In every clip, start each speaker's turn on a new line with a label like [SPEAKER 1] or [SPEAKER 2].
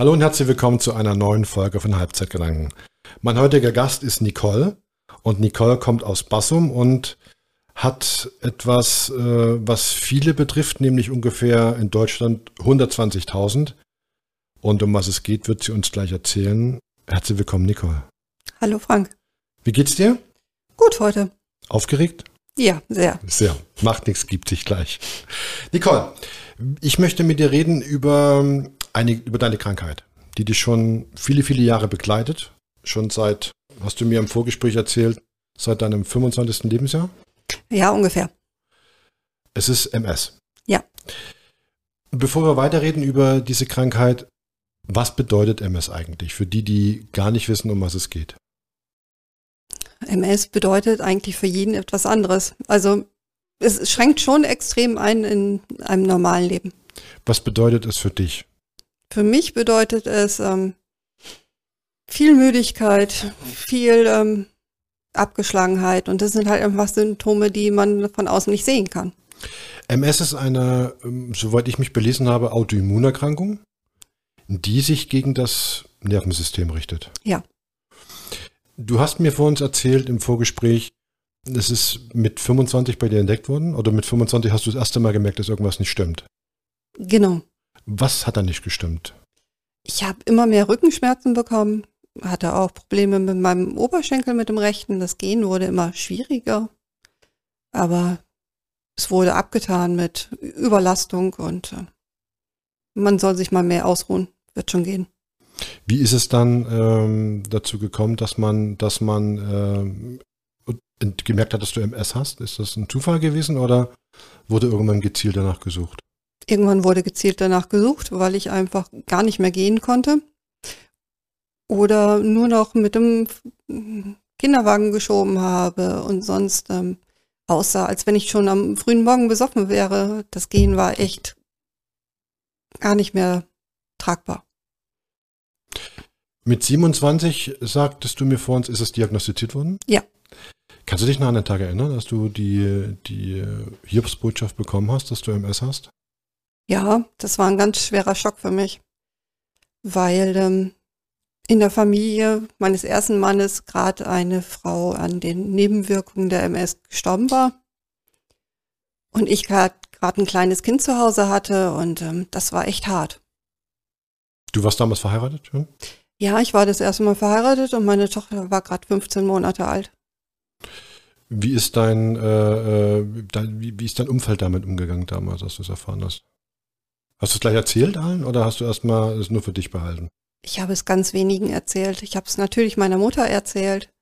[SPEAKER 1] Hallo und herzlich willkommen zu einer neuen Folge von Halbzeitgedanken. Mein heutiger Gast ist Nicole und Nicole kommt aus Bassum und hat etwas, was viele betrifft, nämlich ungefähr in Deutschland 120.000. Und um was es geht, wird sie uns gleich erzählen. Herzlich willkommen, Nicole.
[SPEAKER 2] Hallo Frank.
[SPEAKER 1] Wie geht's dir?
[SPEAKER 2] Gut heute.
[SPEAKER 1] Aufgeregt?
[SPEAKER 2] Ja, sehr.
[SPEAKER 1] Sehr. Macht nichts, gibt sich gleich. Nicole, ich möchte mit dir reden über deine Krankheit, die dich schon viele, viele Jahre begleitet. Schon seit, hast du mir im Vorgespräch erzählt, seit deinem 25. Lebensjahr?
[SPEAKER 2] Ja, ungefähr.
[SPEAKER 1] Es ist MS.
[SPEAKER 2] Ja.
[SPEAKER 1] Bevor wir weiterreden über diese Krankheit, was bedeutet MS eigentlich für die, die gar nicht wissen, um was es geht?
[SPEAKER 2] MS bedeutet eigentlich für jeden etwas anderes. Also es schränkt schon extrem ein in einem normalen Leben.
[SPEAKER 1] Was bedeutet es für dich?
[SPEAKER 2] Für mich bedeutet es viel Müdigkeit, viel Abgeschlagenheit und das sind halt einfach Symptome, die man von außen nicht sehen kann.
[SPEAKER 1] MS ist eine, soweit ich mich belesen habe, Autoimmunerkrankung, die sich gegen das Nervensystem richtet.
[SPEAKER 2] Ja.
[SPEAKER 1] Du hast mir vor uns erzählt im Vorgespräch, es ist mit 25 bei dir entdeckt worden oder mit 25 hast du das erste Mal gemerkt, dass irgendwas nicht stimmt.
[SPEAKER 2] Genau.
[SPEAKER 1] Was hat da nicht gestimmt?
[SPEAKER 2] Ich habe immer mehr Rückenschmerzen bekommen, hatte auch Probleme mit meinem Oberschenkel, mit dem rechten. Das Gehen wurde immer schwieriger, aber es wurde abgetan mit Überlastung und man soll sich mal mehr ausruhen, wird schon gehen.
[SPEAKER 1] Wie ist es dann dazu gekommen, dass man gemerkt hat, dass du MS hast? Ist das ein Zufall gewesen oder wurde irgendwann gezielt danach gesucht?
[SPEAKER 2] Irgendwann wurde gezielt danach gesucht, weil ich einfach gar nicht mehr gehen konnte oder nur noch mit dem Kinderwagen geschoben habe und sonst aussah, als wenn ich schon am frühen Morgen besoffen wäre. Das Gehen war echt gar nicht mehr tragbar.
[SPEAKER 1] Mit 27, sagtest du mir vor uns, ist es diagnostiziert worden?
[SPEAKER 2] Ja.
[SPEAKER 1] Kannst du dich noch an den Tag erinnern, dass du die Hiobsbotschaft bekommen hast, dass du MS hast?
[SPEAKER 2] Ja, das war ein ganz schwerer Schock für mich, weil in der Familie meines ersten Mannes gerade eine Frau an den Nebenwirkungen der MS gestorben war und ich gerade ein kleines Kind zu Hause hatte und das war echt hart.
[SPEAKER 1] Du warst damals verheiratet? Ja?
[SPEAKER 2] Ja, ich war das erste Mal verheiratet und meine Tochter war gerade 15 Monate alt.
[SPEAKER 1] Wie ist wie ist dein Umfeld damit umgegangen damals, als du es erfahren hast? Hast du es gleich erzählt allen oder hast du erstmal es nur für dich behalten?
[SPEAKER 2] Ich habe es ganz wenigen erzählt. Ich habe es natürlich meiner Mutter erzählt.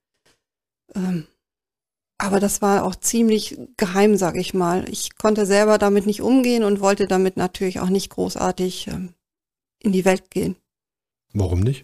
[SPEAKER 2] Aber das war auch ziemlich geheim, sage ich mal. Ich konnte selber damit nicht umgehen und wollte damit natürlich auch nicht großartig in die Welt gehen.
[SPEAKER 1] Warum nicht?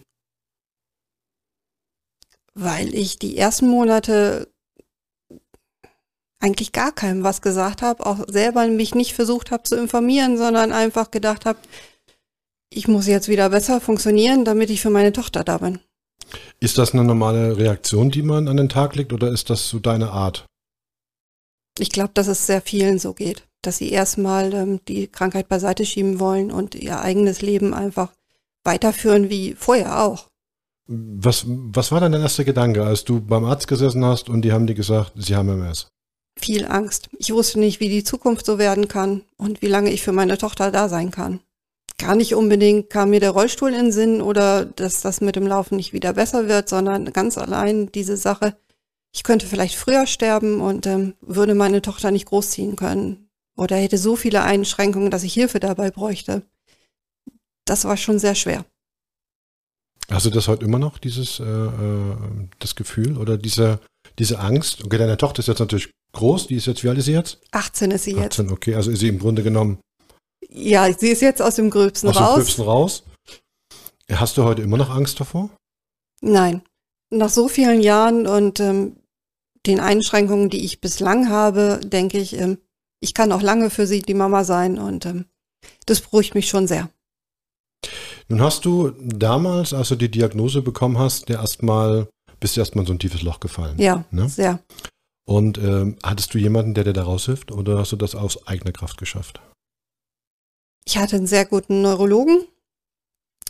[SPEAKER 2] Weil ich die ersten Monate eigentlich gar keinem was gesagt habe, auch selber mich nicht versucht habe zu informieren, sondern einfach gedacht habe, ich muss jetzt wieder besser funktionieren, damit ich für meine Tochter da bin.
[SPEAKER 1] Ist das eine normale Reaktion, die man an den Tag legt, oder ist das so deine Art?
[SPEAKER 2] Ich glaube, dass es sehr vielen so geht, dass sie erstmal die Krankheit beiseite schieben wollen und ihr eigenes Leben einfach weiterführen wie vorher auch.
[SPEAKER 1] Was war dann dein erster Gedanke, als du beim Arzt gesessen hast und die haben dir gesagt, sie haben MS?
[SPEAKER 2] Viel Angst. Ich wusste nicht, wie die Zukunft so werden kann und wie lange ich für meine Tochter da sein kann. Gar nicht unbedingt kam mir der Rollstuhl in den Sinn oder dass das mit dem Laufen nicht wieder besser wird, sondern ganz allein diese Sache, ich könnte vielleicht früher sterben und würde meine Tochter nicht großziehen können oder hätte so viele Einschränkungen, dass ich Hilfe dabei bräuchte. Das war schon sehr schwer.
[SPEAKER 1] Hast du das heute immer noch, das Gefühl oder diese Angst? Okay, deine Tochter ist jetzt natürlich groß, die ist jetzt, wie alt ist sie jetzt?
[SPEAKER 2] 18 ist sie 18,
[SPEAKER 1] jetzt. 18, okay, also ist sie im Grunde genommen...
[SPEAKER 2] Ja, sie ist jetzt aus dem Gröbsten raus.
[SPEAKER 1] Aus dem Gröbsten raus. Hast du heute immer noch Angst davor?
[SPEAKER 2] Nein. Nach so vielen Jahren und den Einschränkungen, die ich bislang habe, denke ich, ich kann auch lange für sie die Mama sein und das beruhigt mich schon sehr.
[SPEAKER 1] Nun hast du damals, als du die Diagnose bekommen hast, bist du erstmal in so ein tiefes Loch gefallen.
[SPEAKER 2] Ja,
[SPEAKER 1] ne?
[SPEAKER 2] Sehr.
[SPEAKER 1] Und hattest du jemanden, der dir da raushilft oder hast du das aus eigener Kraft geschafft?
[SPEAKER 2] Ich hatte einen sehr guten Neurologen,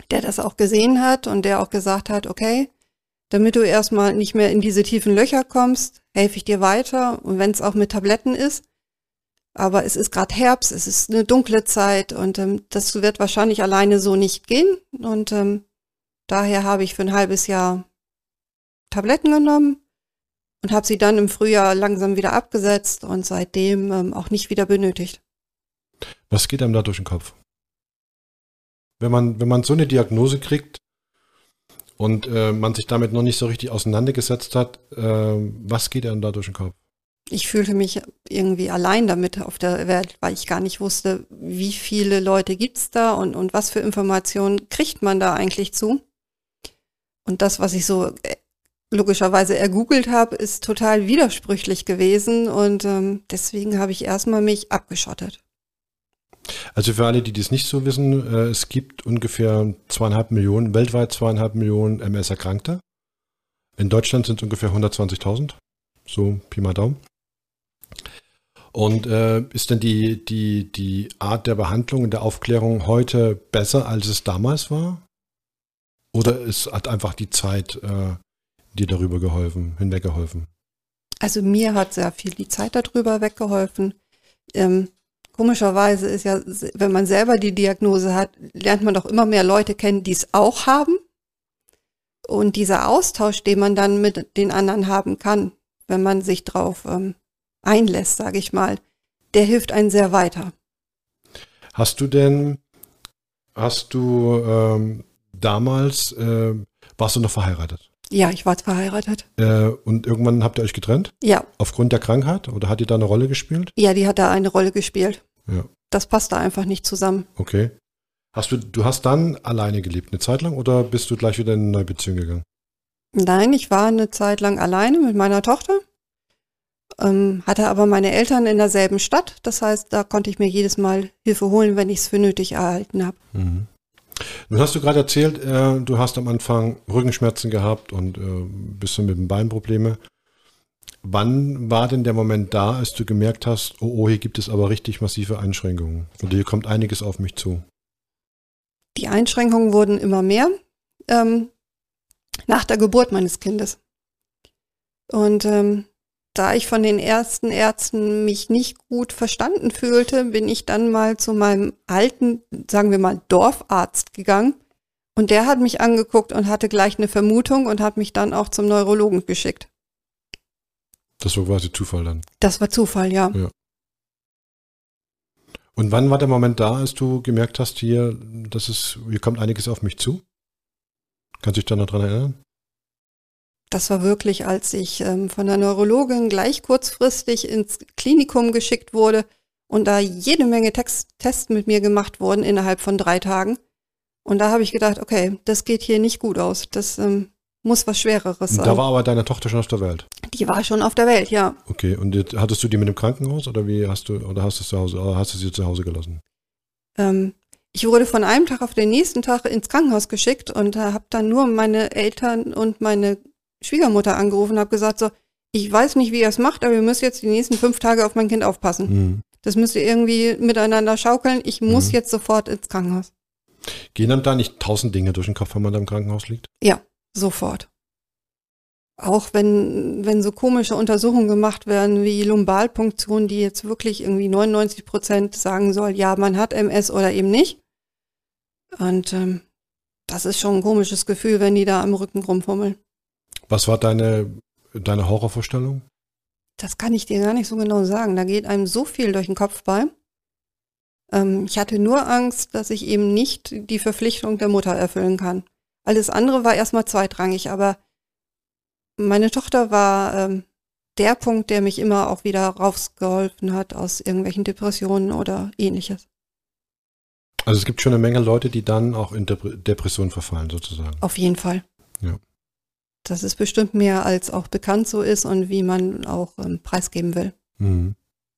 [SPEAKER 2] der das auch gesehen hat und der auch gesagt hat, okay, damit du erstmal nicht mehr in diese tiefen Löcher kommst, helfe ich dir weiter. Und wenn es auch mit Tabletten ist. Aber es ist gerade Herbst, es ist eine dunkle Zeit und das wird wahrscheinlich alleine so nicht gehen. Und daher habe ich für ein halbes Jahr Tabletten genommen und habe sie dann im Frühjahr langsam wieder abgesetzt und seitdem auch nicht wieder benötigt.
[SPEAKER 1] Was geht einem da durch den Kopf? Wenn man so eine Diagnose kriegt und man sich damit noch nicht so richtig auseinandergesetzt hat, was geht einem da durch den Kopf?
[SPEAKER 2] Ich fühlte mich irgendwie allein damit auf der Welt, weil ich gar nicht wusste, wie viele Leute gibt's da und was für Informationen kriegt man da eigentlich zu. Und das, was ich so logischerweise ergoogelt habe, ist total widersprüchlich gewesen und deswegen habe ich erstmal mich abgeschottet.
[SPEAKER 1] Also für alle, die das nicht so wissen, es gibt ungefähr 2,5 Millionen, weltweit 2,5 Millionen MS-Erkrankte. In Deutschland sind es ungefähr 120.000, so Pi mal Daumen. Und ist denn die Art der Behandlung und der Aufklärung heute besser, als es damals war? Oder hat einfach die Zeit dir darüber hinweggeholfen?
[SPEAKER 2] Also mir hat sehr viel die Zeit darüber weggeholfen. Komischerweise ist ja, wenn man selber die Diagnose hat, lernt man doch immer mehr Leute kennen, die es auch haben. Und dieser Austausch, den man dann mit den anderen haben kann, wenn man sich drauf einlässt, sage ich mal, der hilft einen sehr weiter.
[SPEAKER 1] Hast du damals, warst du noch verheiratet?
[SPEAKER 2] Ja, ich war verheiratet.
[SPEAKER 1] Und irgendwann habt ihr euch getrennt?
[SPEAKER 2] Ja.
[SPEAKER 1] Aufgrund der Krankheit? Oder hat die da eine Rolle gespielt?
[SPEAKER 2] Ja, die hat da eine Rolle gespielt.
[SPEAKER 1] Ja.
[SPEAKER 2] Das passte einfach nicht zusammen.
[SPEAKER 1] Okay. Du hast dann alleine gelebt eine Zeit lang oder bist du gleich wieder in eine neue Beziehung gegangen?
[SPEAKER 2] Nein, ich war eine Zeit lang alleine mit meiner Tochter, hatte aber meine Eltern in derselben Stadt. Das heißt, da konnte ich mir jedes Mal Hilfe holen, wenn ich es für nötig erhalten habe.
[SPEAKER 1] Mhm. Nun hast du gerade erzählt, du hast am Anfang Rückenschmerzen gehabt und bisschen mit dem Bein Probleme. Wann war denn der Moment da, als du gemerkt hast, oh, hier gibt es aber richtig massive Einschränkungen und hier kommt einiges auf mich zu?
[SPEAKER 2] Die Einschränkungen wurden immer mehr nach der Geburt meines Kindes. Und da ich von den ersten Ärzten mich nicht gut verstanden fühlte, bin ich dann mal zu meinem alten, sagen wir mal, Dorfarzt gegangen. Und der hat mich angeguckt und hatte gleich eine Vermutung und hat mich dann auch zum Neurologen geschickt.
[SPEAKER 1] Das war quasi Zufall dann?
[SPEAKER 2] Das war Zufall, ja.
[SPEAKER 1] Und wann war der Moment da, als du gemerkt hast, hier kommt einiges auf mich zu? Kannst du dich da noch dran erinnern?
[SPEAKER 2] Das war wirklich, als ich von der Neurologin gleich kurzfristig ins Klinikum geschickt wurde und da jede Menge Tests mit mir gemacht wurden innerhalb von 3 Tagen. Und da habe ich gedacht, okay, das geht hier nicht gut aus. Das muss was Schwereres sein.
[SPEAKER 1] Da war aber deine Tochter schon auf der Welt?
[SPEAKER 2] Die war schon auf der Welt, ja.
[SPEAKER 1] Okay, und hattest du die mit dem Krankenhaus oder hast du sie zu Hause gelassen?
[SPEAKER 2] Ich wurde von einem Tag auf den nächsten Tag ins Krankenhaus geschickt und habe dann nur meine Eltern und meine Schwiegermutter angerufen und habe gesagt, so, ich weiß nicht, wie ihr es macht, aber ihr müsst jetzt die nächsten 5 Tage auf mein Kind aufpassen. Mhm. Das müsst ihr irgendwie miteinander schaukeln. Ich muss jetzt sofort ins Krankenhaus.
[SPEAKER 1] Gehen einem da nicht 1000 Dinge durch den Kopf, wenn man da im Krankenhaus liegt?
[SPEAKER 2] Ja, sofort. Auch wenn so komische Untersuchungen gemacht werden wie Lumbalpunktion, die jetzt wirklich irgendwie 99% sagen soll, ja, man hat MS oder eben nicht. Und das ist schon ein komisches Gefühl, wenn die da am Rücken rumfummeln.
[SPEAKER 1] Was war deine Horrorvorstellung?
[SPEAKER 2] Das kann ich dir gar nicht so genau sagen. Da geht einem so viel durch den Kopf bei. Ich hatte nur Angst, dass ich eben nicht die Verpflichtung der Mutter erfüllen kann. Alles andere war erstmal zweitrangig, aber meine Tochter war der Punkt, der mich immer auch wieder rausgeholfen hat aus irgendwelchen Depressionen oder ähnliches.
[SPEAKER 1] Also es gibt schon eine Menge Leute, die dann auch in Depression verfallen sozusagen.
[SPEAKER 2] Auf jeden Fall.
[SPEAKER 1] Ja.
[SPEAKER 2] Das ist bestimmt mehr, als auch bekannt so ist und wie man auch preisgeben will.
[SPEAKER 1] Mhm.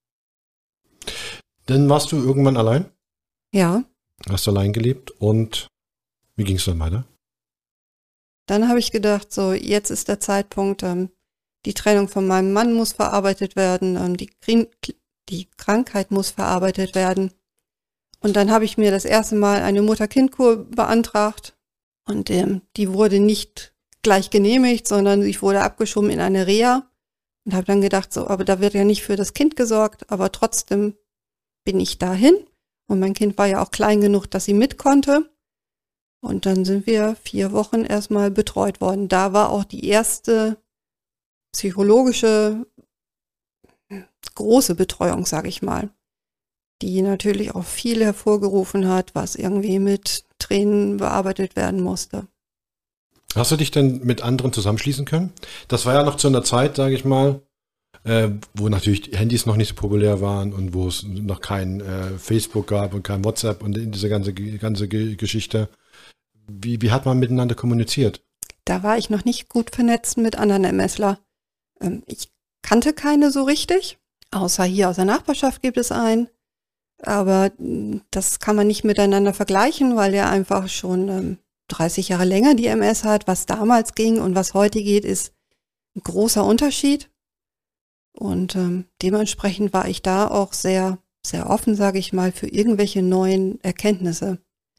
[SPEAKER 1] Dann warst du irgendwann allein?
[SPEAKER 2] Ja.
[SPEAKER 1] Hast du allein gelebt und wie ging es dann weiter?
[SPEAKER 2] Dann habe ich gedacht, so jetzt ist der Zeitpunkt, die Trennung von meinem Mann muss verarbeitet werden, die Krankheit muss verarbeitet werden. Und dann habe ich mir das erste Mal eine Mutter-Kind-Kur beantragt. Und die wurde nicht gleich genehmigt, sondern ich wurde abgeschoben in eine Reha und habe dann gedacht, so, aber da wird ja nicht für das Kind gesorgt, aber trotzdem bin ich dahin. Und mein Kind war ja auch klein genug, dass sie mit konnte. Und dann sind wir 4 Wochen erstmal betreut worden. Da war auch die erste psychologische große Betreuung, sage ich mal, die natürlich auch viel hervorgerufen hat, was irgendwie mit Tränen bearbeitet werden musste.
[SPEAKER 1] Hast du dich denn mit anderen zusammenschließen können? Das war ja noch zu einer Zeit, sage ich mal, wo natürlich Handys noch nicht so populär waren und wo es noch kein Facebook gab und kein WhatsApp und diese ganze Geschichte. Wie hat man miteinander kommuniziert?
[SPEAKER 2] Da war ich noch nicht gut vernetzt mit anderen MSler. Ich kannte keine so richtig, außer hier aus der Nachbarschaft gibt es einen. Aber das kann man nicht miteinander vergleichen, weil der einfach schon 30 Jahre länger die MS hat. Was damals ging und was heute geht, ist ein großer Unterschied. Und dementsprechend war ich da auch sehr, sehr offen, sage ich mal, für irgendwelche neuen Erkenntnisse.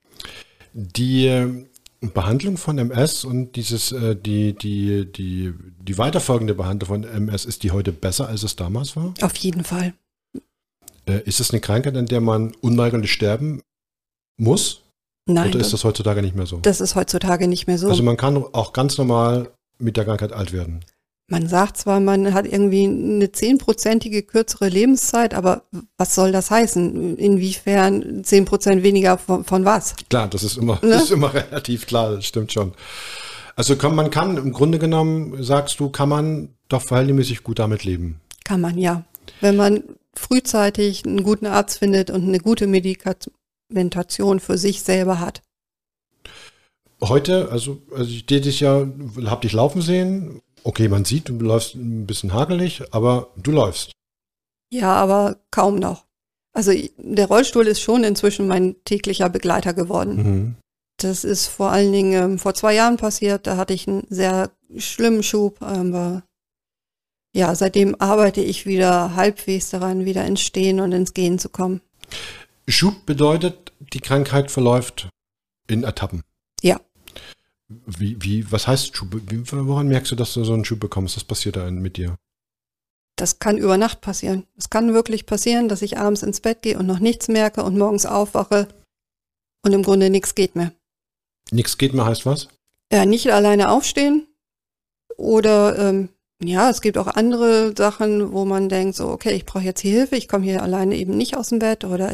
[SPEAKER 1] Die Behandlung von MS und die weiterfolgende Behandlung von MS, ist die heute besser, als es damals war?
[SPEAKER 2] Auf jeden Fall.
[SPEAKER 1] Ist es eine Krankheit, an der man unweigerlich sterben muss?
[SPEAKER 2] Nein.
[SPEAKER 1] Oder ist das heutzutage nicht mehr so?
[SPEAKER 2] Das ist heutzutage nicht mehr so.
[SPEAKER 1] Also man kann auch ganz normal mit der Krankheit alt werden.
[SPEAKER 2] Man sagt zwar, man hat irgendwie eine 10%ige kürzere Lebenszeit, aber was soll das heißen? Inwiefern 10% weniger von was?
[SPEAKER 1] Klar, das ist immer relativ klar, das stimmt schon. Also man kann im Grunde genommen, sagst du, kann man doch verhältnismäßig gut damit leben.
[SPEAKER 2] Kann man, ja. Wenn man frühzeitig einen guten Arzt findet und eine gute Medikamentation für sich selber hat.
[SPEAKER 1] Heute, also ich habe dich laufen sehen. Okay, man sieht, du läufst ein bisschen hakelig, aber du läufst.
[SPEAKER 2] Ja, aber kaum noch. Also der Rollstuhl ist schon inzwischen mein täglicher Begleiter geworden.
[SPEAKER 1] Mhm.
[SPEAKER 2] Das ist vor allen Dingen vor 2 Jahren passiert. Da hatte ich einen sehr schlimmen Schub. Aber ja, seitdem arbeite ich wieder halbwegs daran, wieder ins Stehen und ins Gehen zu kommen.
[SPEAKER 1] Schub bedeutet, die Krankheit verläuft in Etappen.
[SPEAKER 2] Ja.
[SPEAKER 1] Was heißt Schub? Woran merkst du, dass du so einen Schub bekommst? Was passiert da mit dir?
[SPEAKER 2] Das kann über Nacht passieren. Es kann wirklich passieren, dass ich abends ins Bett gehe und noch nichts merke und morgens aufwache und im Grunde nichts geht mehr.
[SPEAKER 1] Nichts geht mehr heißt was?
[SPEAKER 2] Ja, nicht alleine aufstehen oder es gibt auch andere Sachen, wo man denkt, so okay, ich brauche jetzt hier Hilfe, ich komme hier alleine eben nicht aus dem Bett oder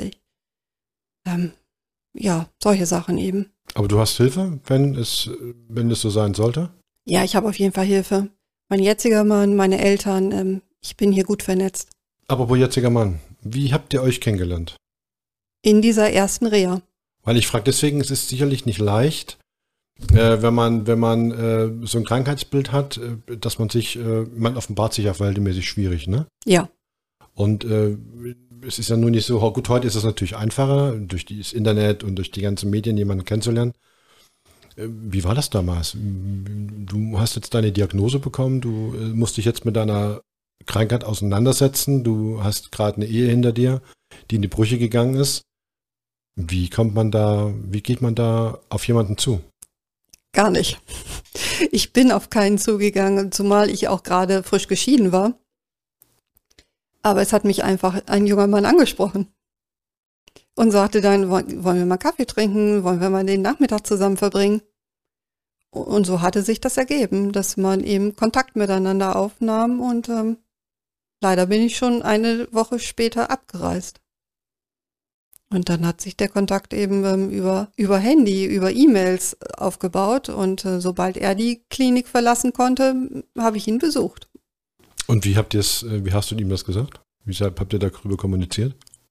[SPEAKER 2] solche Sachen eben.
[SPEAKER 1] Aber du hast Hilfe, wenn es so sein sollte?
[SPEAKER 2] Ja, ich habe auf jeden Fall Hilfe. Mein jetziger Mann, meine Eltern, ich bin hier gut vernetzt.
[SPEAKER 1] Aber wo jetziger Mann, wie habt ihr euch kennengelernt?
[SPEAKER 2] In dieser ersten Reha.
[SPEAKER 1] Weil ich frage deswegen, es ist sicherlich nicht leicht, wenn man so ein Krankheitsbild hat, dass man offenbart sich ja verhältnismäßig schwierig, ne?
[SPEAKER 2] Ja.
[SPEAKER 1] Und es ist ja nun nicht so, gut, heute ist es natürlich einfacher, durch das Internet und durch die ganzen Medien jemanden kennenzulernen. Wie war das damals? Du hast jetzt deine Diagnose bekommen, du musst dich jetzt mit deiner Krankheit auseinandersetzen, du hast gerade eine Ehe hinter dir, die in die Brüche gegangen ist. Wie geht man da auf jemanden zu?
[SPEAKER 2] Gar nicht. Ich bin auf keinen zugegangen, zumal ich auch gerade frisch geschieden war. Aber es hat mich einfach ein junger Mann angesprochen und sagte dann, wollen wir mal Kaffee trinken, wollen wir mal den Nachmittag zusammen verbringen? Und so hatte sich das ergeben, dass man eben Kontakt miteinander aufnahm und leider bin ich schon eine Woche später abgereist. Und dann hat sich der Kontakt eben über Handy, über E-Mails aufgebaut und sobald er die Klinik verlassen konnte, habe ich ihn besucht.
[SPEAKER 1] Und wie hast du ihm das gesagt? Wie habt ihr darüber kommuniziert?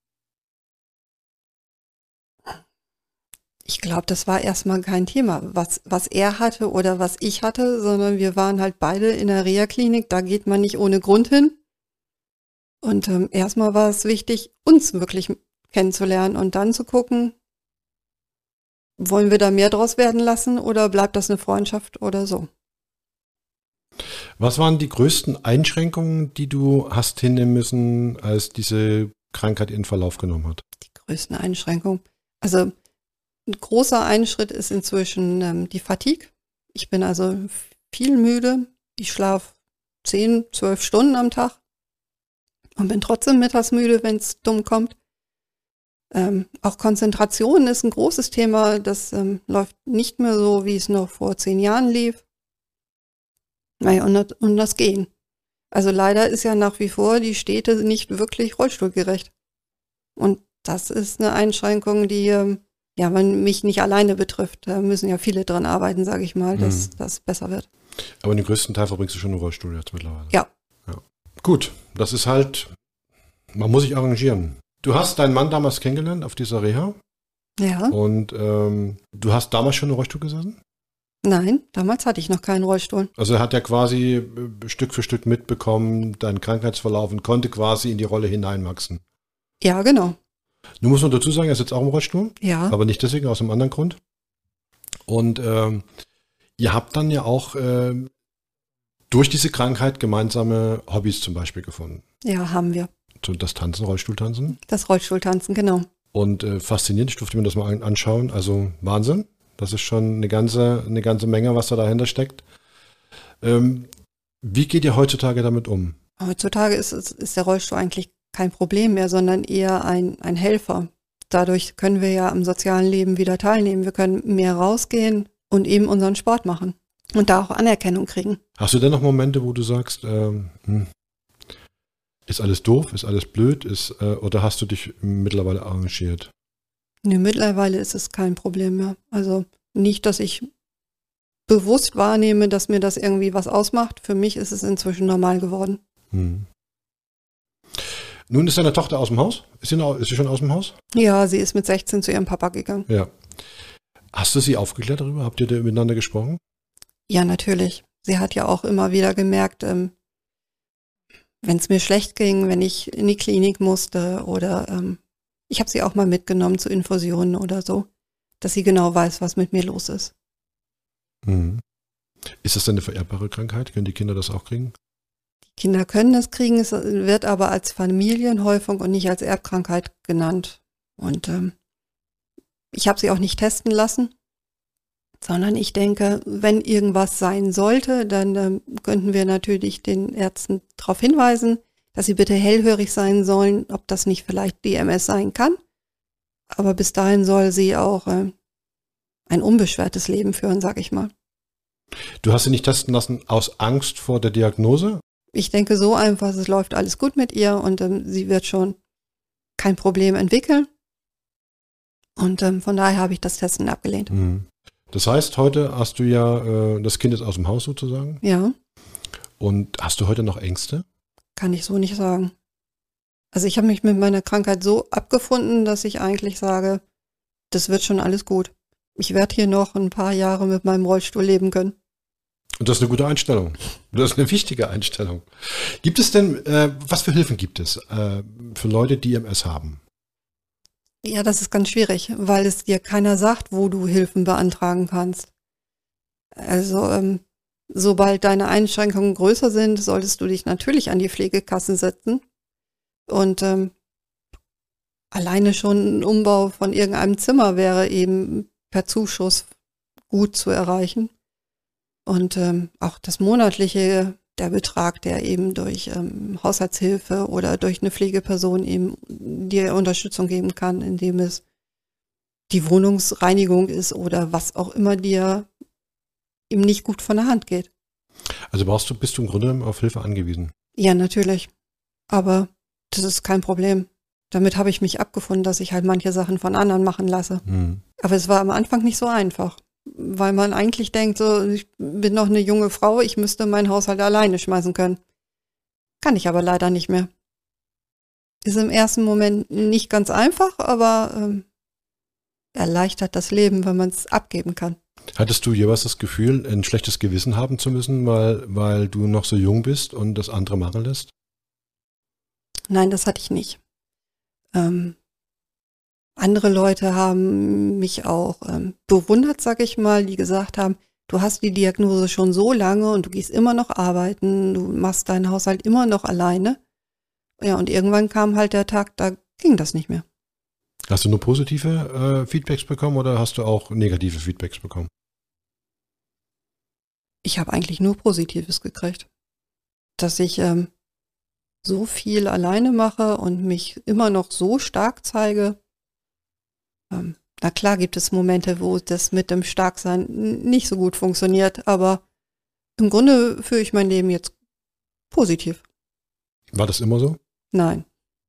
[SPEAKER 2] Ich glaube, das war erstmal kein Thema, was er hatte oder was ich hatte, sondern wir waren halt beide in der Reha-Klinik, da geht man nicht ohne Grund hin. Und erstmal war es wichtig, uns wirklich kennenzulernen und dann zu gucken, wollen wir da mehr draus werden lassen oder bleibt das eine Freundschaft oder so.
[SPEAKER 1] Was waren die größten Einschränkungen, die du hast hinnehmen müssen, als diese Krankheit ihren Verlauf genommen hat?
[SPEAKER 2] Die größten Einschränkungen. Also Ein großer Einschritt ist inzwischen die Fatigue. Ich bin also viel müde. Ich schlafe 10, 12 Stunden am Tag und bin trotzdem mittags müde, wenn es dumm kommt. Auch Konzentration ist ein großes Thema. Das läuft nicht mehr so, wie es noch vor 10 Jahren lief. Naja, und das Gehen. Also leider ist ja nach wie vor die Städte nicht wirklich rollstuhlgerecht. Und das ist eine Einschränkung, die mich nicht alleine betrifft. Da müssen ja viele dran arbeiten, sage ich mal, dass das besser wird.
[SPEAKER 1] Aber den größten Teil verbringst du schon im Rollstuhl jetzt mittlerweile.
[SPEAKER 2] Ja.
[SPEAKER 1] Gut, das ist halt, man muss sich arrangieren. Du hast deinen Mann damals kennengelernt auf dieser Reha.
[SPEAKER 2] Ja.
[SPEAKER 1] Und du hast damals schon im Rollstuhl gesessen?
[SPEAKER 2] Nein, damals hatte ich noch keinen Rollstuhl.
[SPEAKER 1] Also er hat ja quasi Stück für Stück mitbekommen, deinen Krankheitsverlauf und konnte quasi in die Rolle hineinwachsen.
[SPEAKER 2] Ja, genau.
[SPEAKER 1] Nun muss man dazu sagen, er sitzt auch im Rollstuhl.
[SPEAKER 2] Ja.
[SPEAKER 1] Aber nicht deswegen, aus einem anderen Grund. Und ihr habt dann ja auch durch diese Krankheit gemeinsame Hobbys zum Beispiel gefunden.
[SPEAKER 2] Ja, haben wir.
[SPEAKER 1] So das Tanzen, Rollstuhltanzen.
[SPEAKER 2] Das Rollstuhltanzen, genau.
[SPEAKER 1] Und faszinierend, ich durfte mir das mal anschauen. Also Wahnsinn. Das ist schon eine ganze Menge, was da dahinter steckt. Wie geht ihr heutzutage damit um?
[SPEAKER 2] Heutzutage ist der Rollstuhl eigentlich kein Problem mehr, sondern eher ein Helfer. Dadurch können wir ja am sozialen Leben wieder teilnehmen. Wir können mehr rausgehen und eben unseren Sport machen und da auch Anerkennung kriegen.
[SPEAKER 1] Hast du denn noch Momente, wo du sagst, ist alles doof, ist alles blöd, oder hast du dich mittlerweile arrangiert?
[SPEAKER 2] Nee, mittlerweile ist es kein Problem mehr. Also nicht, dass ich bewusst wahrnehme, dass mir das irgendwie was ausmacht. Für mich ist es inzwischen normal geworden.
[SPEAKER 1] Nun ist deine Tochter aus dem Haus? Ist sie schon aus dem Haus?
[SPEAKER 2] Ja, sie ist mit 16 zu ihrem Papa gegangen.
[SPEAKER 1] Ja. Hast du sie aufgeklärt darüber? Habt ihr da miteinander gesprochen?
[SPEAKER 2] Ja, natürlich. Sie hat ja auch immer wieder gemerkt, wenn es mir schlecht ging, wenn ich in die Klinik musste oder ich habe sie auch mal mitgenommen zu Infusionen oder so, dass sie genau weiß, was mit mir los ist.
[SPEAKER 1] Ist das denn eine vererbbare Krankheit? Können die Kinder das auch kriegen?
[SPEAKER 2] Die Kinder können es kriegen, es wird aber als Familienhäufung und nicht als Erbkrankheit genannt. Und ich habe sie auch nicht testen lassen, sondern ich denke, wenn irgendwas sein sollte, dann könnten wir natürlich den Ärzten darauf hinweisen, dass sie bitte hellhörig sein sollen, ob das nicht vielleicht die MS sein kann. Aber bis dahin soll sie auch ein unbeschwertes Leben führen, sag ich mal.
[SPEAKER 1] Du hast sie nicht testen lassen aus Angst vor der Diagnose?
[SPEAKER 2] Ich denke so einfach, es läuft alles gut mit ihr und sie wird schon kein Problem entwickeln. Und von daher habe ich das Testen abgelehnt.
[SPEAKER 1] Das heißt, heute hast du ja, das Kind ist aus dem Haus sozusagen.
[SPEAKER 2] Ja.
[SPEAKER 1] Und hast du heute noch Ängste?
[SPEAKER 2] Kann ich so nicht sagen. Also ich habe mich mit meiner Krankheit so abgefunden, dass ich eigentlich sage, das wird schon alles gut. Ich werde hier noch ein paar Jahre mit meinem Rollstuhl leben können.
[SPEAKER 1] Und das ist eine gute Einstellung. Das ist eine wichtige Einstellung. Gibt es denn, was für Hilfen gibt es für Leute, die MS haben?
[SPEAKER 2] Ja, das ist ganz schwierig, weil es dir keiner sagt, wo du Hilfen beantragen kannst. Also sobald deine Einschränkungen größer sind, solltest du dich natürlich an die Pflegekassen setzen. Und alleine schon ein Umbau von irgendeinem Zimmer wäre eben per Zuschuss gut zu erreichen. Und auch das monatliche, der Betrag, der eben durch Haushaltshilfe oder durch eine Pflegeperson eben dir Unterstützung geben kann, indem es die Wohnungsreinigung ist oder was auch immer dir ihm nicht gut von der Hand geht.
[SPEAKER 1] Also bist du im Grunde auf Hilfe angewiesen?
[SPEAKER 2] Ja, natürlich. Aber das ist kein Problem. Damit habe ich mich abgefunden, dass ich halt manche Sachen von anderen machen lasse. Aber es war am Anfang nicht so einfach, weil man eigentlich denkt, so, ich bin noch eine junge Frau, ich müsste meinen Haushalt alleine schmeißen können. Kann ich aber leider nicht mehr. Ist im ersten Moment nicht ganz einfach, aber erleichtert das Leben, wenn man es abgeben kann.
[SPEAKER 1] Hattest du jeweils das Gefühl, ein schlechtes Gewissen haben zu müssen, weil du noch so jung bist und das andere machen lässt?
[SPEAKER 2] Nein, das hatte ich nicht. Andere Leute haben mich auch bewundert, sag ich mal, die gesagt haben, du hast die Diagnose schon so lange und du gehst immer noch arbeiten, du machst deinen Haushalt immer noch alleine. Ja, und irgendwann kam halt der Tag, da ging das nicht mehr.
[SPEAKER 1] Hast du nur positive Feedbacks bekommen oder hast du auch negative Feedbacks bekommen?
[SPEAKER 2] Ich habe eigentlich nur Positives gekriegt. Dass ich so viel alleine mache und mich immer noch so stark zeige. Na klar gibt es Momente, wo das mit dem Starksein nicht so gut funktioniert, aber im Grunde führe ich mein Leben jetzt positiv.
[SPEAKER 1] War das immer so?
[SPEAKER 2] Nein.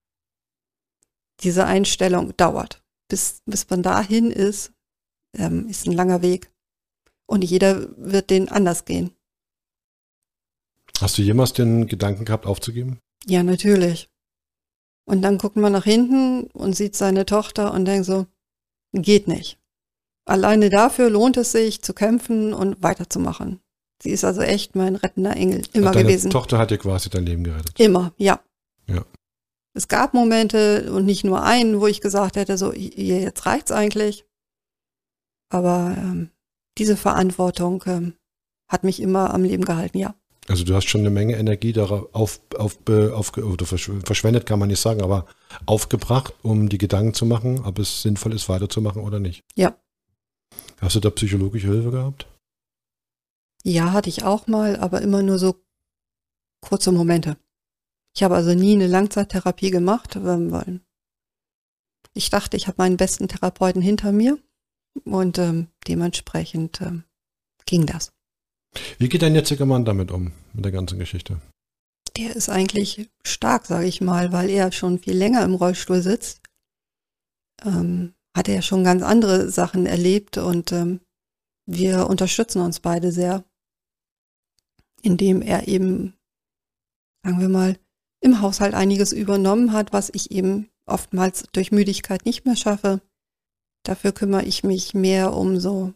[SPEAKER 2] Diese Einstellung dauert. Bis man dahin ist ein langer Weg. Und jeder wird den anders gehen.
[SPEAKER 1] Hast du jemals den Gedanken gehabt, aufzugeben?
[SPEAKER 2] Ja, natürlich. Und dann guckt man nach hinten und sieht seine Tochter und denkt so, geht nicht. Alleine dafür lohnt es sich, zu kämpfen und weiterzumachen. Sie ist also echt mein rettender Engel immer gewesen.
[SPEAKER 1] Deine Tochter hat dir quasi dein Leben gerettet.
[SPEAKER 2] Immer, ja.
[SPEAKER 1] Ja.
[SPEAKER 2] Es gab Momente und nicht nur einen, wo ich gesagt hätte, so, jetzt reicht's eigentlich. Aber diese Verantwortung hat mich immer am Leben gehalten, ja.
[SPEAKER 1] Also du hast schon eine Menge Energie darauf oder verschwendet, kann man nicht sagen, aber aufgebracht, um die Gedanken zu machen, ob es sinnvoll ist, weiterzumachen oder nicht.
[SPEAKER 2] Ja.
[SPEAKER 1] Hast du da psychologische Hilfe gehabt?
[SPEAKER 2] Ja, hatte ich auch mal, aber immer nur so kurze Momente. Ich habe also nie eine Langzeittherapie gemacht, weil ich dachte, ich habe meinen besten Therapeuten hinter mir und dementsprechend ging das.
[SPEAKER 1] Wie geht dein jetziger Mann damit um, mit der ganzen Geschichte?
[SPEAKER 2] Der ist eigentlich stark, sage ich mal, weil er schon viel länger im Rollstuhl sitzt. Hat er schon ganz andere Sachen erlebt und wir unterstützen uns beide sehr, indem er eben, sagen wir mal, im Haushalt einiges übernommen hat, was ich eben oftmals durch Müdigkeit nicht mehr schaffe. Dafür kümmere ich mich mehr um so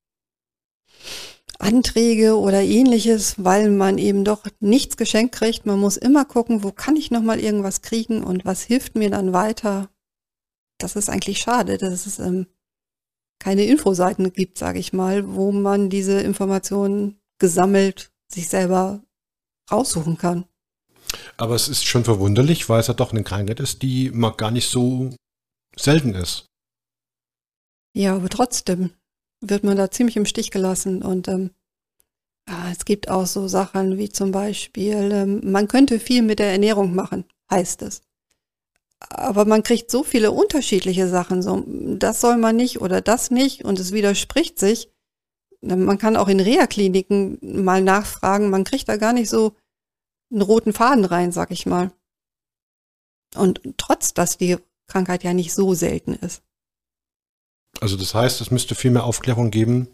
[SPEAKER 2] Anträge oder ähnliches, weil man eben doch nichts geschenkt kriegt. Man muss immer gucken, wo kann ich nochmal irgendwas kriegen und was hilft mir dann weiter. Das ist eigentlich schade, dass es keine Infoseiten gibt, sage ich mal, wo man diese Informationen gesammelt sich selber raussuchen kann.
[SPEAKER 1] Aber es ist schon verwunderlich, weil es ja doch eine Krankheit ist, die gar nicht so selten ist.
[SPEAKER 2] Ja, aber trotzdem wird man da ziemlich im Stich gelassen und es gibt auch so Sachen wie zum Beispiel, man könnte viel mit der Ernährung machen, heißt es. Aber man kriegt so viele unterschiedliche Sachen, so das soll man nicht oder das nicht und es widerspricht sich. Man kann auch in Reha-Kliniken mal nachfragen, man kriegt da gar nicht so einen roten Faden rein, sag ich mal. Und trotz, dass die Krankheit ja nicht so selten ist.
[SPEAKER 1] Also das heißt, es müsste viel mehr Aufklärung geben,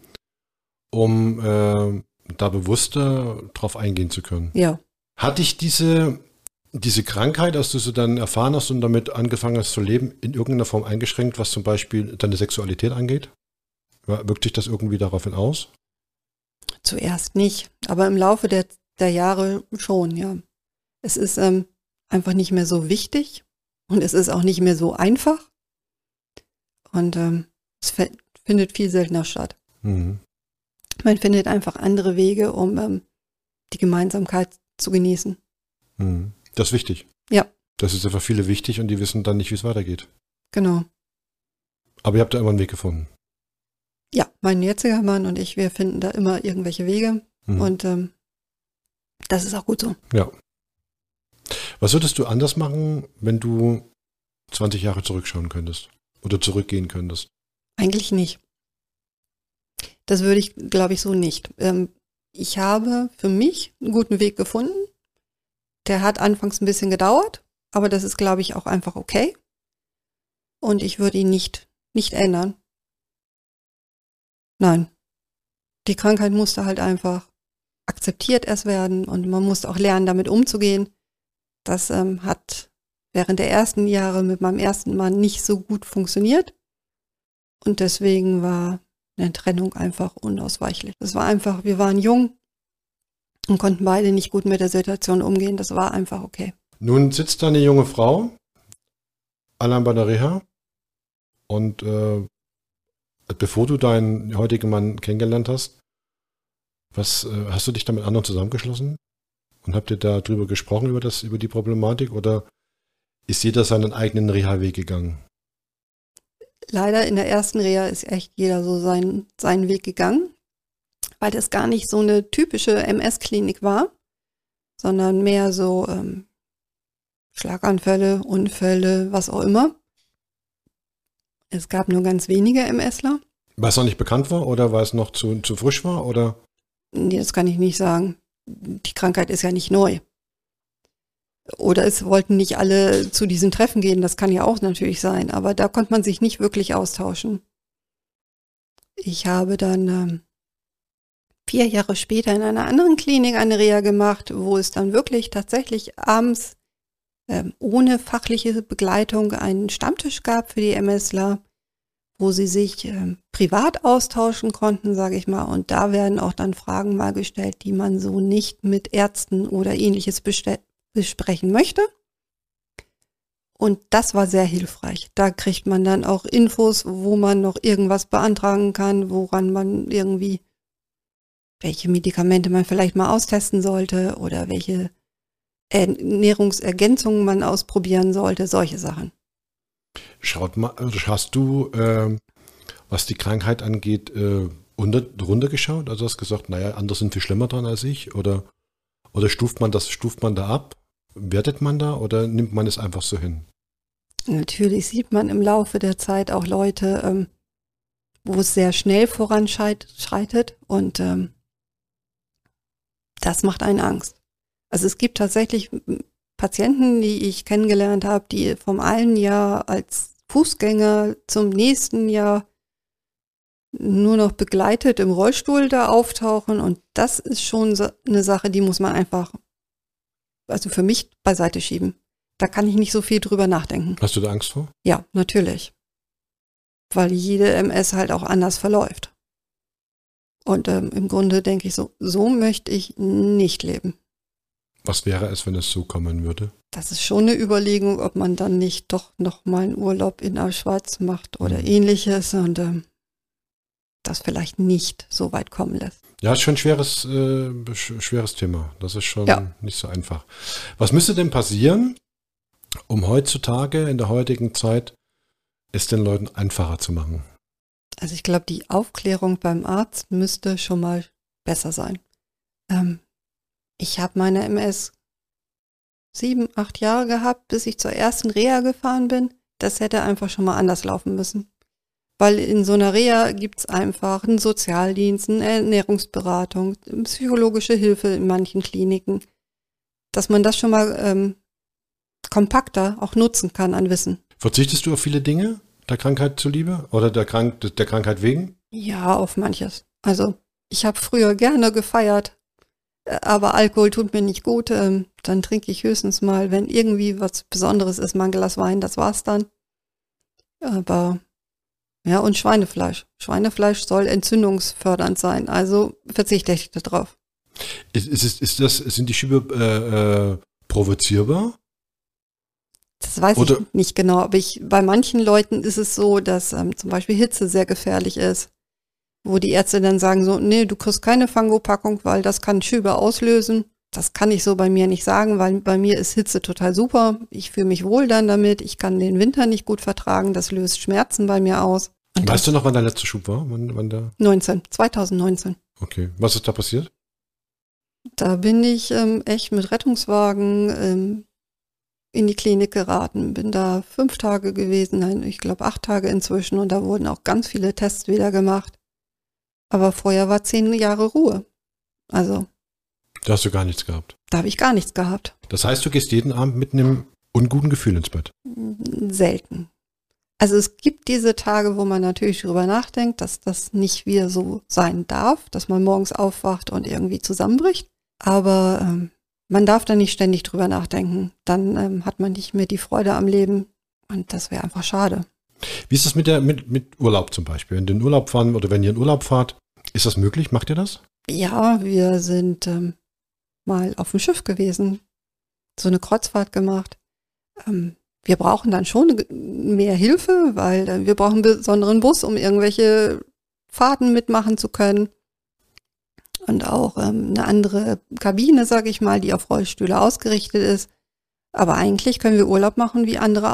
[SPEAKER 1] um da bewusster drauf eingehen zu können.
[SPEAKER 2] Ja.
[SPEAKER 1] Hat dich diese Krankheit, als du sie dann erfahren hast und damit angefangen hast zu leben, in irgendeiner Form eingeschränkt, was zum Beispiel deine Sexualität angeht? Wirkt sich das irgendwie daraufhin aus?
[SPEAKER 2] Zuerst nicht, aber im Laufe der Jahre schon, ja. Es ist einfach nicht mehr so wichtig und es ist auch nicht mehr so einfach und es findet viel seltener statt.
[SPEAKER 1] Mhm.
[SPEAKER 2] Man findet einfach andere Wege, um die Gemeinsamkeit zu genießen.
[SPEAKER 1] Mhm. Das ist wichtig.
[SPEAKER 2] Ja.
[SPEAKER 1] Das ist ja für viele wichtig und die wissen dann nicht, wie es weitergeht.
[SPEAKER 2] Genau.
[SPEAKER 1] Aber ihr habt da immer einen Weg gefunden.
[SPEAKER 2] Ja, mein jetziger Mann und ich, wir finden da immer irgendwelche Wege und das ist auch gut so.
[SPEAKER 1] Ja. Was würdest du anders machen, wenn du 20 Jahre zurückschauen könntest oder zurückgehen könntest?
[SPEAKER 2] Eigentlich nicht. Das würde ich, glaube ich, so nicht. Ich habe für mich einen guten Weg gefunden. Der hat anfangs ein bisschen gedauert, aber das ist, glaube ich, auch einfach okay. Und ich würde ihn nicht ändern. Nein. Die Krankheit musste halt einfach akzeptiert erst werden und man musste auch lernen, damit umzugehen. Das hat während der ersten Jahre mit meinem ersten Mann nicht so gut funktioniert. Und deswegen war eine Trennung einfach unausweichlich. Das war einfach, wir waren jung und konnten beide nicht gut mit der Situation umgehen. Das war einfach okay.
[SPEAKER 1] Nun sitzt da eine junge Frau, allein bei der Reha. Und bevor du deinen heutigen Mann kennengelernt hast, hast du dich da mit anderen zusammengeschlossen? Und habt ihr da drüber gesprochen, über die Problematik? Oder ist jeder seinen eigenen Reha-Weg gegangen?
[SPEAKER 2] leider in der ersten Reha ist echt jeder so seinen Weg gegangen, weil das gar nicht so eine typische MS-Klinik war, sondern mehr so Schlaganfälle, Unfälle, was auch immer. Es gab nur ganz wenige MSler.
[SPEAKER 1] Weil es noch nicht bekannt war oder weil es noch zu frisch war? Oder?
[SPEAKER 2] Nee, das kann ich nicht sagen. Die Krankheit ist ja nicht neu. Oder es wollten nicht alle zu diesen Treffen gehen, das kann ja auch natürlich sein, aber da konnte man sich nicht wirklich austauschen. Ich habe dann 4 Jahre später in einer anderen Klinik eine Reha gemacht, wo es dann wirklich tatsächlich abends ohne fachliche Begleitung einen Stammtisch gab für die MSler, wo sie sich privat austauschen konnten, sage ich mal. Und da werden auch dann Fragen mal gestellt, die man so nicht mit Ärzten oder ähnliches besprechen möchte. Und das war sehr hilfreich. Da kriegt man dann auch Infos, wo man noch irgendwas beantragen kann, woran man irgendwie, welche Medikamente man vielleicht mal austesten sollte oder welche Ernährungsergänzungen man ausprobieren sollte, solche Sachen.
[SPEAKER 1] Hast du, was die Krankheit angeht, runtergeschaut? Also hast gesagt, naja, andere sind viel schlimmer dran als ich? Oder stuft man da ab? Wertet man da oder nimmt man es einfach so hin?
[SPEAKER 2] Natürlich sieht man im Laufe der Zeit auch Leute, wo es sehr schnell voranschreitet und das macht einen Angst. Also es gibt tatsächlich Patienten, die ich kennengelernt habe, die vom einen Jahr als Fußgänger zum nächsten Jahr nur noch begleitet im Rollstuhl da auftauchen und das ist schon eine Sache, die muss man einfach, also für mich beiseite schieben. Da kann ich nicht so viel drüber nachdenken.
[SPEAKER 1] Hast du da Angst vor?
[SPEAKER 2] Ja, natürlich. Weil jede MS halt auch anders verläuft. Und im Grunde denke ich so möchte ich nicht leben.
[SPEAKER 1] Was wäre es, wenn es so kommen würde?
[SPEAKER 2] Das ist schon eine Überlegung, ob man dann nicht doch noch mal einen Urlaub in der Schweiz macht oder ähnliches und das vielleicht nicht so weit kommen lässt.
[SPEAKER 1] Ja, ist schon ein schweres Thema. Das ist schon nicht so einfach. Was müsste denn passieren, um heutzutage, in der heutigen Zeit, es den Leuten einfacher zu machen?
[SPEAKER 2] Also ich glaube, die Aufklärung beim Arzt müsste schon mal besser sein. Ich habe meine MS 7, 8 Jahre gehabt, bis ich zur ersten Reha gefahren bin. Das hätte einfach schon mal anders laufen müssen. Weil in so einer Reha gibt es einfach einen Sozialdienst, eine Ernährungsberatung, psychologische Hilfe in manchen Kliniken. Dass man das schon mal kompakter auch nutzen kann an Wissen.
[SPEAKER 1] Verzichtest du auf viele Dinge der Krankheit zuliebe oder der Krankheit wegen?
[SPEAKER 2] Ja, auf manches. Also ich habe früher gerne gefeiert, aber Alkohol tut mir nicht gut. Dann trinke ich höchstens mal, wenn irgendwie was Besonderes ist, mal ein Glas Wein, das war's dann. Aber ja, und Schweinefleisch. Schweinefleisch soll entzündungsfördernd sein, also verzichte ich darauf.
[SPEAKER 1] Sind die Schübe provozierbar?
[SPEAKER 2] Das weiß ich nicht genau, aber bei manchen Leuten ist es so, dass zum Beispiel Hitze sehr gefährlich ist, wo die Ärzte dann sagen so, nee, du kriegst keine Fangopackung, weil das kann Schübe auslösen. Das kann ich so bei mir nicht sagen, weil bei mir ist Hitze total super. Ich fühle mich wohl dann damit. Ich kann den Winter nicht gut vertragen. Das löst Schmerzen bei mir aus. Und
[SPEAKER 1] weißt du noch, wann der letzte Schub war?
[SPEAKER 2] 2019.
[SPEAKER 1] Okay. Was ist da passiert?
[SPEAKER 2] Da bin ich echt mit Rettungswagen in die Klinik geraten. Bin da 5 Tage gewesen, nein, ich glaube 8 Tage inzwischen. Und da wurden auch ganz viele Tests wieder gemacht. Aber vorher war 10 Jahre Ruhe. Also.
[SPEAKER 1] Da hast du gar nichts gehabt?
[SPEAKER 2] Da habe ich gar nichts gehabt.
[SPEAKER 1] Das heißt, du gehst jeden Abend mit einem unguten Gefühl ins Bett?
[SPEAKER 2] Selten. Also es gibt diese Tage, wo man natürlich drüber nachdenkt, dass das nicht wieder so sein darf, dass man morgens aufwacht und irgendwie zusammenbricht. Aber man darf da nicht ständig drüber nachdenken. Dann hat man nicht mehr die Freude am Leben und das wäre einfach schade.
[SPEAKER 1] Wie ist das mit Urlaub zum Beispiel? Wenn ihr in Urlaub fahren oder wenn ihr in Urlaub fahrt, ist das möglich? Macht ihr das?
[SPEAKER 2] Ja, wir sind mal auf dem Schiff gewesen, so eine Kreuzfahrt gemacht. Wir brauchen dann schon mehr Hilfe, weil wir brauchen einen besonderen Bus, um irgendwelche Fahrten mitmachen zu können. Und auch eine andere Kabine, sage ich mal, die auf Rollstühle ausgerichtet ist. Aber eigentlich können wir Urlaub machen wie andere auch.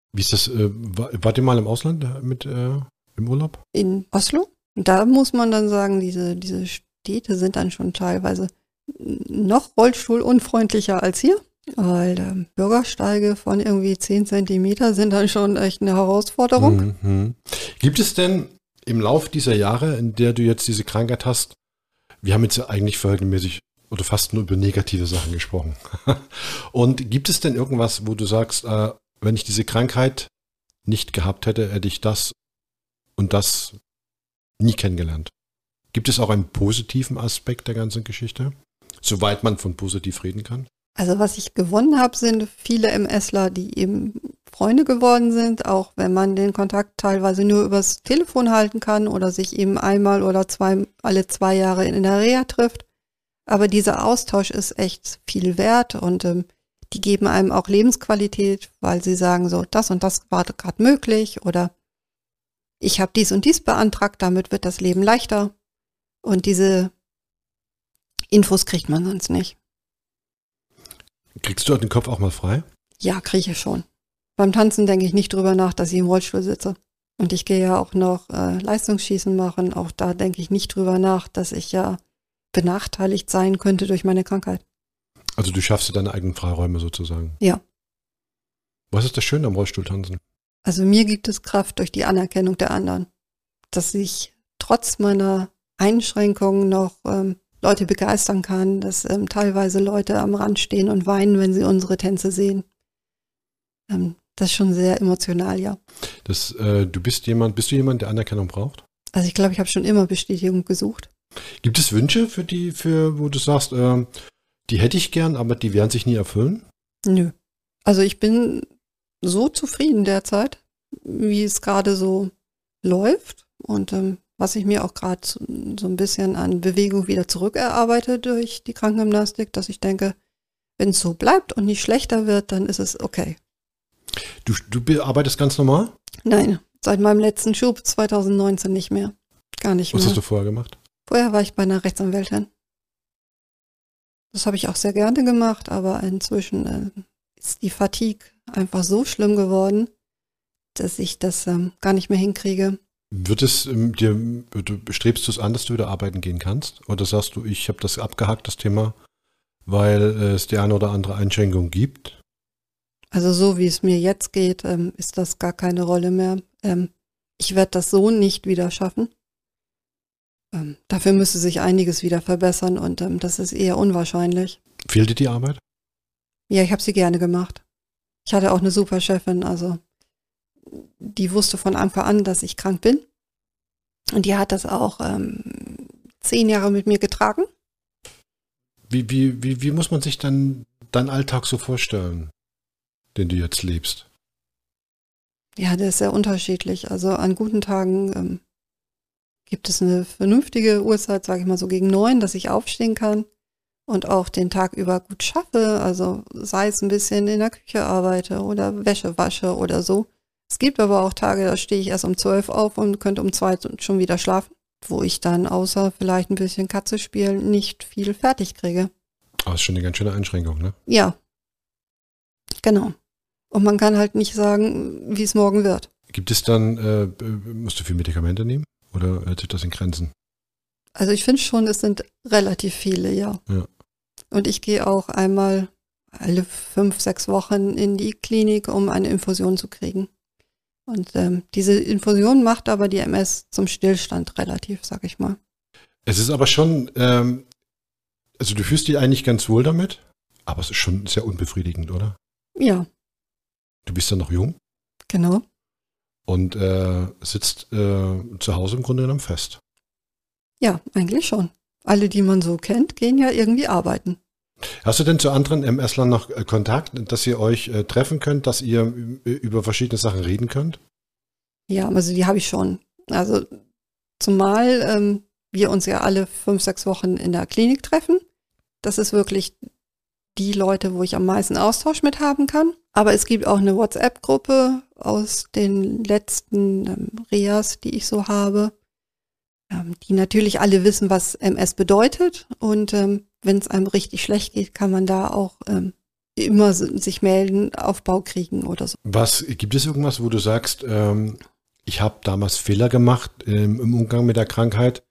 [SPEAKER 1] Wie ist das? Wart ihr mal im Ausland im Urlaub?
[SPEAKER 2] In Oslo. Da muss man dann sagen, diese Städte sind dann schon teilweise noch rollstuhlunfreundlicher als hier, weil Bürgersteige von irgendwie 10 Zentimeter sind dann schon echt eine Herausforderung.
[SPEAKER 1] Mhm. Gibt es denn im Lauf dieser Jahre, in der du jetzt diese Krankheit hast, wir haben jetzt ja eigentlich verhältnismäßig oder fast nur über negative Sachen gesprochen. Und gibt es denn irgendwas, wo du sagst, wenn ich diese Krankheit nicht gehabt hätte, hätte ich das und das nie kennengelernt? Gibt es auch einen positiven Aspekt der ganzen Geschichte? Soweit man von positiv reden kann?
[SPEAKER 2] Also was ich gewonnen habe, sind viele MSler, die eben Freunde geworden sind, auch wenn man den Kontakt teilweise nur übers Telefon halten kann oder sich eben einmal oder alle 2 Jahre in der Reha trifft. Aber dieser Austausch ist echt viel wert und die geben einem auch Lebensqualität, weil sie sagen so, das und das war gerade möglich oder ich habe dies und dies beantragt, damit wird das Leben leichter. Und diese Infos kriegt man sonst nicht.
[SPEAKER 1] Kriegst du den Kopf auch mal frei?
[SPEAKER 2] Ja, kriege ich schon. Beim Tanzen denke ich nicht drüber nach, dass ich im Rollstuhl sitze. Und ich gehe ja auch noch Leistungsschießen machen. Auch da denke ich nicht drüber nach, dass ich ja benachteiligt sein könnte durch meine Krankheit.
[SPEAKER 1] Also du schaffst dir deine eigenen Freiräume sozusagen?
[SPEAKER 2] Ja.
[SPEAKER 1] Was ist das Schöne am Rollstuhltanzen?
[SPEAKER 2] Also mir gibt es Kraft durch die Anerkennung der anderen. Dass ich trotz meiner Einschränkungen noch Leute begeistern kann, dass teilweise Leute am Rand stehen und weinen, wenn sie unsere Tänze sehen. Das ist schon sehr emotional, ja. Also ich glaube, ich habe schon immer Bestätigung gesucht.
[SPEAKER 1] Gibt es Wünsche wo du sagst, die hätte ich gern, aber die werden sich nie erfüllen?
[SPEAKER 2] Nö. Also ich bin so zufrieden derzeit, wie es gerade so läuft und was ich mir auch gerade so ein bisschen an Bewegung wieder zurückerarbeite durch die Krankengymnastik, dass ich denke, wenn es so bleibt und nicht schlechter wird, dann ist es okay.
[SPEAKER 1] Du arbeitest ganz normal?
[SPEAKER 2] Nein, seit meinem letzten Schub 2019 nicht mehr. Gar nicht mehr.
[SPEAKER 1] Was hast du vorher gemacht?
[SPEAKER 2] Vorher war ich bei einer Rechtsanwältin. Das habe ich auch sehr gerne gemacht, aber inzwischen ist die Fatigue einfach so schlimm geworden, dass ich das gar nicht mehr hinkriege.
[SPEAKER 1] Strebst du es an, dass du wieder arbeiten gehen kannst? Oder sagst du, ich habe das abgehakt, das Thema, weil es die eine oder andere Einschränkung gibt?
[SPEAKER 2] Also so wie es mir jetzt geht, ist das gar keine Rolle mehr. Ich werde das so nicht wieder schaffen. Dafür müsste sich einiges wieder verbessern und das ist eher unwahrscheinlich.
[SPEAKER 1] Fehlt dir die Arbeit?
[SPEAKER 2] Ja, ich habe sie gerne gemacht. Ich hatte auch eine super Chefin, also die wusste von Anfang an, dass ich krank bin. Und die hat das auch 10 Jahre mit mir getragen.
[SPEAKER 1] Wie muss man sich dann deinen Alltag so vorstellen, den du jetzt lebst?
[SPEAKER 2] Ja, der ist sehr unterschiedlich. Also an guten Tagen gibt es eine vernünftige Uhrzeit, sage ich mal so gegen 9, dass ich aufstehen kann und auch den Tag über gut schaffe. Also sei es ein bisschen in der Küche arbeite oder Wäsche wasche oder so. Es gibt aber auch Tage, da stehe ich erst um 12 auf und könnte um 2 schon wieder schlafen, wo ich dann außer vielleicht ein bisschen Katze spielen nicht viel fertig kriege.
[SPEAKER 1] Aber das ist schon eine ganz schöne Einschränkung, ne?
[SPEAKER 2] Ja, genau. Und man kann halt nicht sagen, wie es morgen wird.
[SPEAKER 1] Gibt es dann, musst du viel Medikamente nehmen oder hält sich das in Grenzen?
[SPEAKER 2] Also ich finde schon, es sind relativ viele, ja. Und ich gehe auch einmal alle 5, 6 Wochen in die Klinik, um eine Infusion zu kriegen. Und diese Infusion macht aber die MS zum Stillstand relativ, sag ich mal.
[SPEAKER 1] Es ist aber schon, also du fühlst dich eigentlich ganz wohl damit, aber es ist schon sehr unbefriedigend, oder?
[SPEAKER 2] Ja.
[SPEAKER 1] Du bist ja noch jung.
[SPEAKER 2] Genau.
[SPEAKER 1] Und sitzt zu Hause im Grunde genommen fest.
[SPEAKER 2] Ja, eigentlich schon. Alle, die man so kennt, gehen ja irgendwie arbeiten.
[SPEAKER 1] Hast du denn zu anderen MSlern noch Kontakt, dass ihr euch treffen könnt, dass ihr über verschiedene Sachen reden könnt?
[SPEAKER 2] Ja, also die habe ich schon. Also zumal wir uns ja alle 5, 6 Wochen in der Klinik treffen. Das ist wirklich die Leute, wo ich am meisten Austausch mit haben kann. Aber es gibt auch eine WhatsApp-Gruppe aus den letzten Reas, die ich so habe, die natürlich alle wissen, was MS bedeutet. Und wenn es einem richtig schlecht geht, kann man da auch immer sich melden, Aufbau kriegen oder so.
[SPEAKER 1] Gibt es irgendwas, wo du sagst, ich habe damals Fehler gemacht im Umgang mit der Krankheit?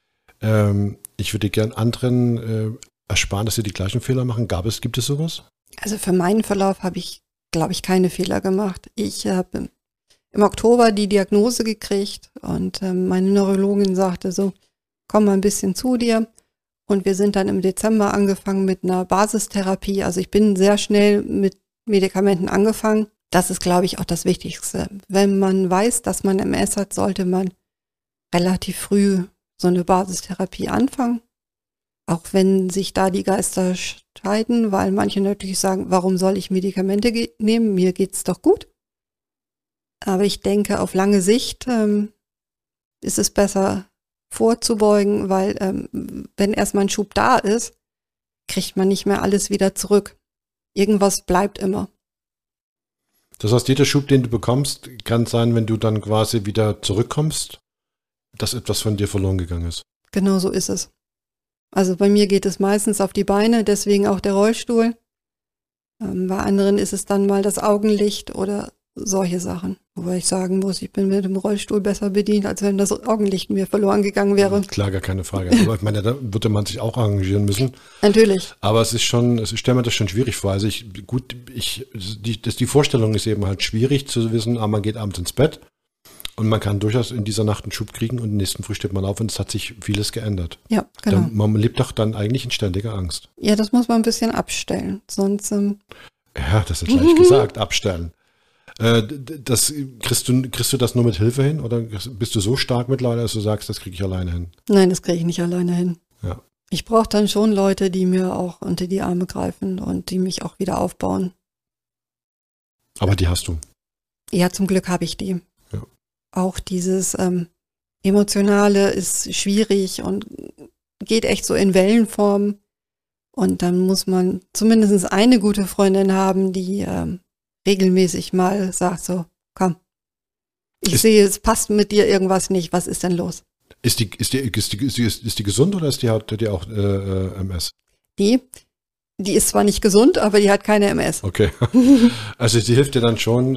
[SPEAKER 1] Ich würde gern anderen ersparen, dass sie die gleichen Fehler machen. Gibt es sowas?
[SPEAKER 2] Also für meinen Verlauf habe ich, glaube ich, keine Fehler gemacht. Ich habe im Oktober die Diagnose gekriegt und meine Neurologin sagte so, komm mal ein bisschen zu dir. Und wir sind dann im Dezember angefangen mit einer Basistherapie. Also ich bin sehr schnell mit Medikamenten angefangen. Das ist, glaube ich, auch das Wichtigste. Wenn man weiß, dass man MS hat, sollte man relativ früh so eine Basistherapie anfangen. Auch wenn sich da die Geister scheiden, weil manche natürlich sagen, warum soll ich Medikamente nehmen? Mir geht's doch gut. Aber ich denke, auf lange Sicht ist es besser vorzubeugen, weil wenn erstmal ein Schub da ist, kriegt man nicht mehr alles wieder zurück. Irgendwas bleibt immer.
[SPEAKER 1] Das heißt, jeder Schub, den du bekommst, kann sein, wenn du dann quasi wieder zurückkommst, dass etwas von dir verloren gegangen ist.
[SPEAKER 2] Genau so ist es. Also bei mir geht es meistens auf die Beine, deswegen auch der Rollstuhl. Bei anderen ist es dann mal das Augenlicht oder solche Sachen. Wobei ich sagen muss, ich bin mit dem Rollstuhl besser bedient, als wenn das Augenlicht mir verloren gegangen wäre.
[SPEAKER 1] Klar, gar keine Frage. Aber ich meine, da würde man sich auch arrangieren müssen.
[SPEAKER 2] Natürlich.
[SPEAKER 1] Aber ich stelle mir das schon schwierig vor. Also die Vorstellung ist eben halt schwierig zu wissen, man geht abends ins Bett und man kann durchaus in dieser Nacht einen Schub kriegen und am nächsten Früh steht man auf und es hat sich vieles geändert.
[SPEAKER 2] Ja, genau.
[SPEAKER 1] Man lebt doch dann eigentlich in ständiger Angst.
[SPEAKER 2] Ja, das muss man ein bisschen abstellen. Sonst.
[SPEAKER 1] Ja, das ist gleich gesagt, abstellen. Kriegst du das nur mit Hilfe hin oder bist du so stark mittlerweile, dass du sagst, das kriege ich alleine hin?
[SPEAKER 2] Nein, das kriege ich nicht alleine hin.
[SPEAKER 1] Ja.
[SPEAKER 2] Ich brauche dann schon Leute, die mir auch unter die Arme greifen und die mich auch wieder aufbauen.
[SPEAKER 1] Aber die hast du?
[SPEAKER 2] Ja, zum Glück habe ich die.
[SPEAKER 1] Ja.
[SPEAKER 2] Auch dieses Emotionale ist schwierig und geht echt so in Wellenform. Und dann muss man zumindest eine gute Freundin haben, die regelmäßig mal sagt so, komm, ich sehe, es passt mit dir irgendwas nicht, was ist denn los?
[SPEAKER 1] Ist die gesund oder hat die auch MS?
[SPEAKER 2] Die ist zwar nicht gesund, aber die hat keine MS.
[SPEAKER 1] Okay, also sie hilft dir dann schon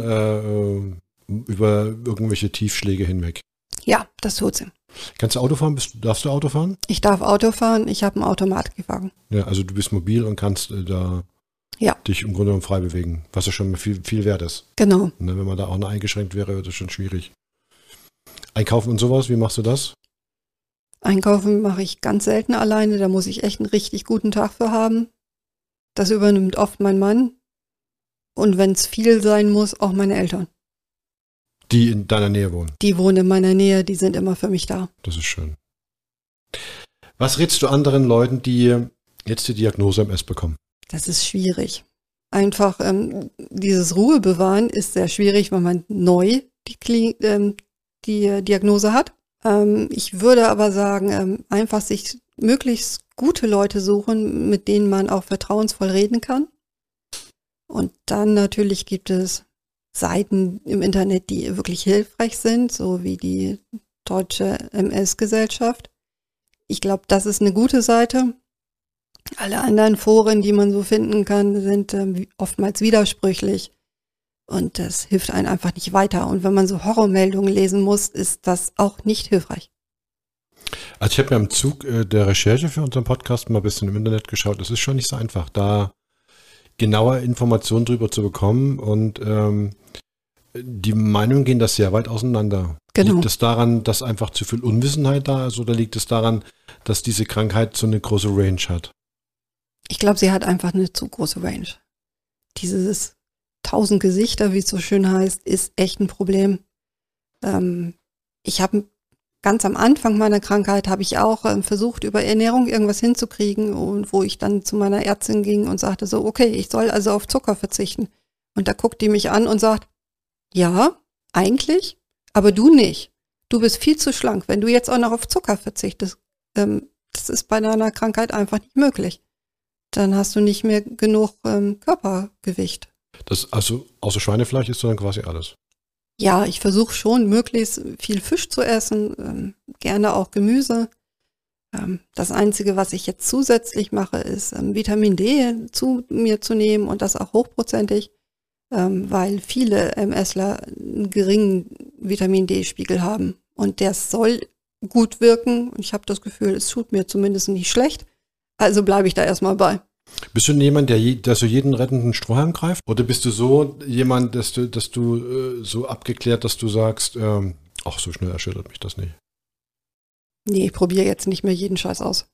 [SPEAKER 1] über irgendwelche Tiefschläge hinweg?
[SPEAKER 2] Ja, das tut sie.
[SPEAKER 1] Kannst du Auto fahren? Darfst du Auto fahren?
[SPEAKER 2] Ich darf Auto fahren, ich habe einen Automatikwagen.
[SPEAKER 1] Ja, also du bist mobil und kannst dich im Grunde genommen frei bewegen, was ja schon viel, viel wert ist.
[SPEAKER 2] Genau.
[SPEAKER 1] Ne, wenn man da auch noch eingeschränkt wäre, wäre das schon schwierig. Einkaufen und sowas, wie machst du das?
[SPEAKER 2] Einkaufen mache ich ganz selten alleine, da muss ich echt einen richtig guten Tag für haben. Das übernimmt oft mein Mann. Und wenn es viel sein muss, auch meine Eltern.
[SPEAKER 1] Die in deiner Nähe wohnen?
[SPEAKER 2] Die wohnen in meiner Nähe, die sind immer für mich da.
[SPEAKER 1] Das ist schön. Was rätst du anderen Leuten, die jetzt die Diagnose MS bekommen? Das
[SPEAKER 2] ist schwierig. Einfach dieses Ruhe bewahren ist sehr schwierig, weil man neu die Diagnose hat. Ich würde aber sagen, einfach sich möglichst gute Leute suchen, mit denen man auch vertrauensvoll reden kann. Und dann natürlich gibt es Seiten im Internet, die wirklich hilfreich sind, so wie die Deutsche MS-Gesellschaft. Ich glaube, das ist eine gute Seite. Alle anderen Foren, die man so finden kann, sind oftmals widersprüchlich. Und das hilft einem einfach nicht weiter. Und wenn man so Horrormeldungen lesen muss, ist das auch nicht hilfreich.
[SPEAKER 1] Also ich habe mir im Zug der Recherche für unseren Podcast mal ein bisschen im Internet geschaut. Es ist schon nicht so einfach, da genaue Informationen drüber zu bekommen. Und die Meinungen gehen da sehr weit auseinander.
[SPEAKER 2] Genau.
[SPEAKER 1] Liegt es daran, dass einfach zu viel Unwissenheit da ist, oder liegt es daran, dass diese Krankheit so eine große Range hat?
[SPEAKER 2] Ich glaube, sie hat einfach eine zu große Range. Dieses 1000 Gesichter, wie es so schön heißt, ist echt ein Problem. Ich habe ganz am Anfang meiner Krankheit habe ich auch versucht, über Ernährung irgendwas hinzukriegen, und wo ich dann zu meiner Ärztin ging und sagte so, okay, ich soll also auf Zucker verzichten. Und da guckt die mich an und sagt, ja, eigentlich, aber du nicht. Du bist viel zu schlank. Wenn du jetzt auch noch auf Zucker verzichtest, das ist bei deiner Krankheit einfach nicht möglich. Dann hast du nicht mehr genug Körpergewicht.
[SPEAKER 1] Das, also außer Schweinefleisch isst du dann quasi alles?
[SPEAKER 2] Ja, ich versuche schon, möglichst viel Fisch zu essen, gerne auch Gemüse. Das Einzige, was ich jetzt zusätzlich mache, ist Vitamin D zu mir zu nehmen und das auch hochprozentig, weil viele MSler einen geringen Vitamin D-Spiegel haben. Und der soll gut wirken. Und ich habe das Gefühl, es tut mir zumindest nicht schlecht. Also bleibe ich da erstmal bei.
[SPEAKER 1] Bist du jemand, der so jeden rettenden Strohhalm greift? Oder bist du so jemand, dass du so abgeklärt, dass du sagst, ach, so schnell erschüttert mich das nicht?
[SPEAKER 2] Nee, ich probiere jetzt nicht mehr jeden Scheiß aus.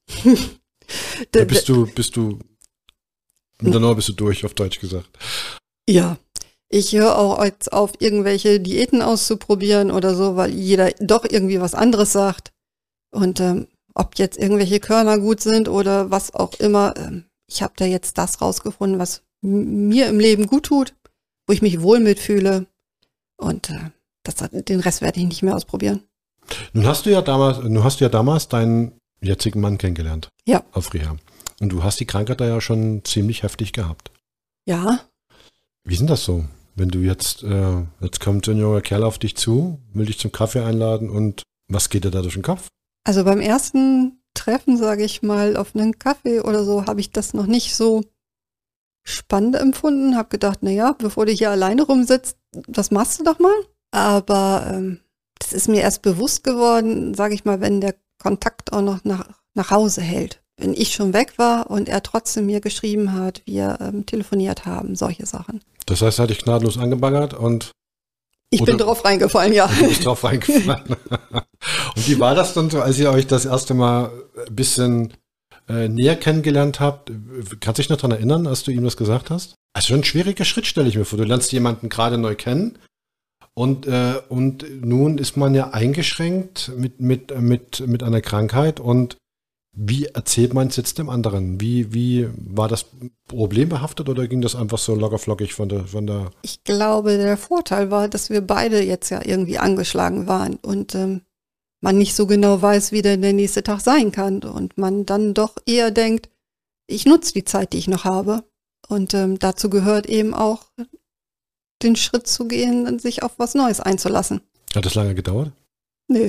[SPEAKER 1] Da bist du mit der Nummer bist du durch, auf Deutsch gesagt.
[SPEAKER 2] Ja, ich höre auch jetzt auf, irgendwelche Diäten auszuprobieren oder so, weil jeder doch irgendwie was anderes sagt. Und ob jetzt irgendwelche Körner gut sind oder was auch immer, ich habe da jetzt das rausgefunden, was mir im Leben gut tut, wo ich mich wohl mitfühle. Und den Rest werde ich nicht mehr ausprobieren.
[SPEAKER 1] Nun hast du ja damals deinen jetzigen Mann kennengelernt.
[SPEAKER 2] Ja.
[SPEAKER 1] Auf Reha. Und du hast die Krankheit da ja schon ziemlich heftig gehabt.
[SPEAKER 2] Ja.
[SPEAKER 1] Wie ist denn das so? Wenn du jetzt kommt so ein junger Kerl auf dich zu, will dich zum Kaffee einladen und was geht dir da durch den Kopf?
[SPEAKER 2] Also beim ersten Treffen, sage ich mal, auf einen Kaffee oder so, habe ich das noch nicht so spannend empfunden. Habe gedacht, naja, bevor du hier alleine rumsitzt, das machst du doch mal. Aber das ist mir erst bewusst geworden, sage ich mal, wenn der Kontakt auch noch nach Hause hält. Wenn ich schon weg war und er trotzdem mir geschrieben hat, wir telefoniert haben, solche Sachen.
[SPEAKER 1] Das heißt, er hat dich gnadenlos angebaggert und...
[SPEAKER 2] Ich bin drauf reingefallen, ja.
[SPEAKER 1] Du bist drauf reingefallen. Und wie war das dann so, als ihr euch das erste Mal ein bisschen näher kennengelernt habt? Kannst du dich noch daran erinnern, als du ihm das gesagt hast? Also schon ein schwieriger Schritt, stelle ich mir vor. Du lernst jemanden gerade neu kennen und nun ist man ja eingeschränkt mit einer Krankheit. Und wie erzählt man es jetzt dem anderen? Wie war das problembehaftet oder ging das einfach so lockerflockig von der...
[SPEAKER 2] Ich glaube, der Vorteil war, dass wir beide jetzt ja irgendwie angeschlagen waren und man nicht so genau weiß, wie denn der nächste Tag sein kann und man dann doch eher denkt, ich nutze die Zeit, die ich noch habe. Und dazu gehört eben auch, den Schritt zu gehen und sich auf was Neues einzulassen.
[SPEAKER 1] Hat das lange gedauert?
[SPEAKER 2] Nö.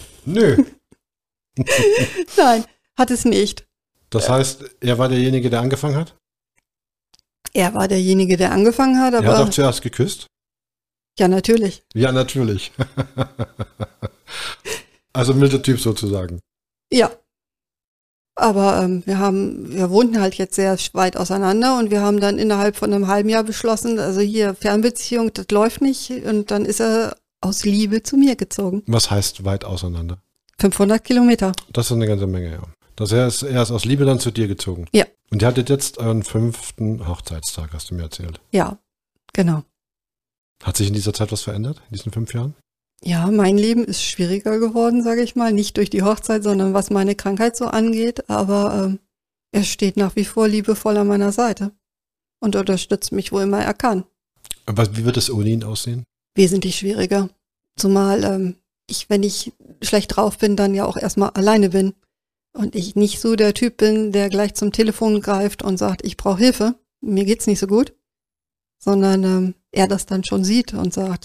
[SPEAKER 2] Nein, hat es nicht.
[SPEAKER 1] Das heißt, er war derjenige, der angefangen hat?
[SPEAKER 2] Er war derjenige, der angefangen hat, aber...
[SPEAKER 1] Er hat auch zuerst geküsst?
[SPEAKER 2] Ja, natürlich.
[SPEAKER 1] Ja, natürlich. Also milder Typ sozusagen.
[SPEAKER 2] Ja. Aber wir wohnten halt jetzt sehr weit auseinander und wir haben dann innerhalb von einem halben Jahr beschlossen, also hier Fernbeziehung, das läuft nicht. Und dann ist er aus Liebe zu mir gezogen.
[SPEAKER 1] Was heißt weit auseinander?
[SPEAKER 2] 500 Kilometer.
[SPEAKER 1] Das ist eine ganze Menge, ja. Er ist aus Liebe dann zu dir gezogen.
[SPEAKER 2] Ja.
[SPEAKER 1] Und ihr hattet jetzt euren 5. Hochzeitstag, hast du mir erzählt.
[SPEAKER 2] Ja, genau.
[SPEAKER 1] Hat sich in dieser Zeit was verändert, in diesen 5 Jahren?
[SPEAKER 2] Ja, mein Leben ist schwieriger geworden, sage ich mal. Nicht durch die Hochzeit, sondern was meine Krankheit so angeht. Aber er steht nach wie vor liebevoll an meiner Seite und unterstützt mich, wo immer er kann.
[SPEAKER 1] Aber wie wird es ohne ihn aussehen?
[SPEAKER 2] Wesentlich schwieriger. Zumal wenn ich schlecht drauf bin, dann ja auch erstmal alleine bin. Und ich nicht so der Typ bin, der gleich zum Telefon greift und sagt, ich brauche Hilfe, mir geht's nicht so gut. Sondern er das dann schon sieht und sagt,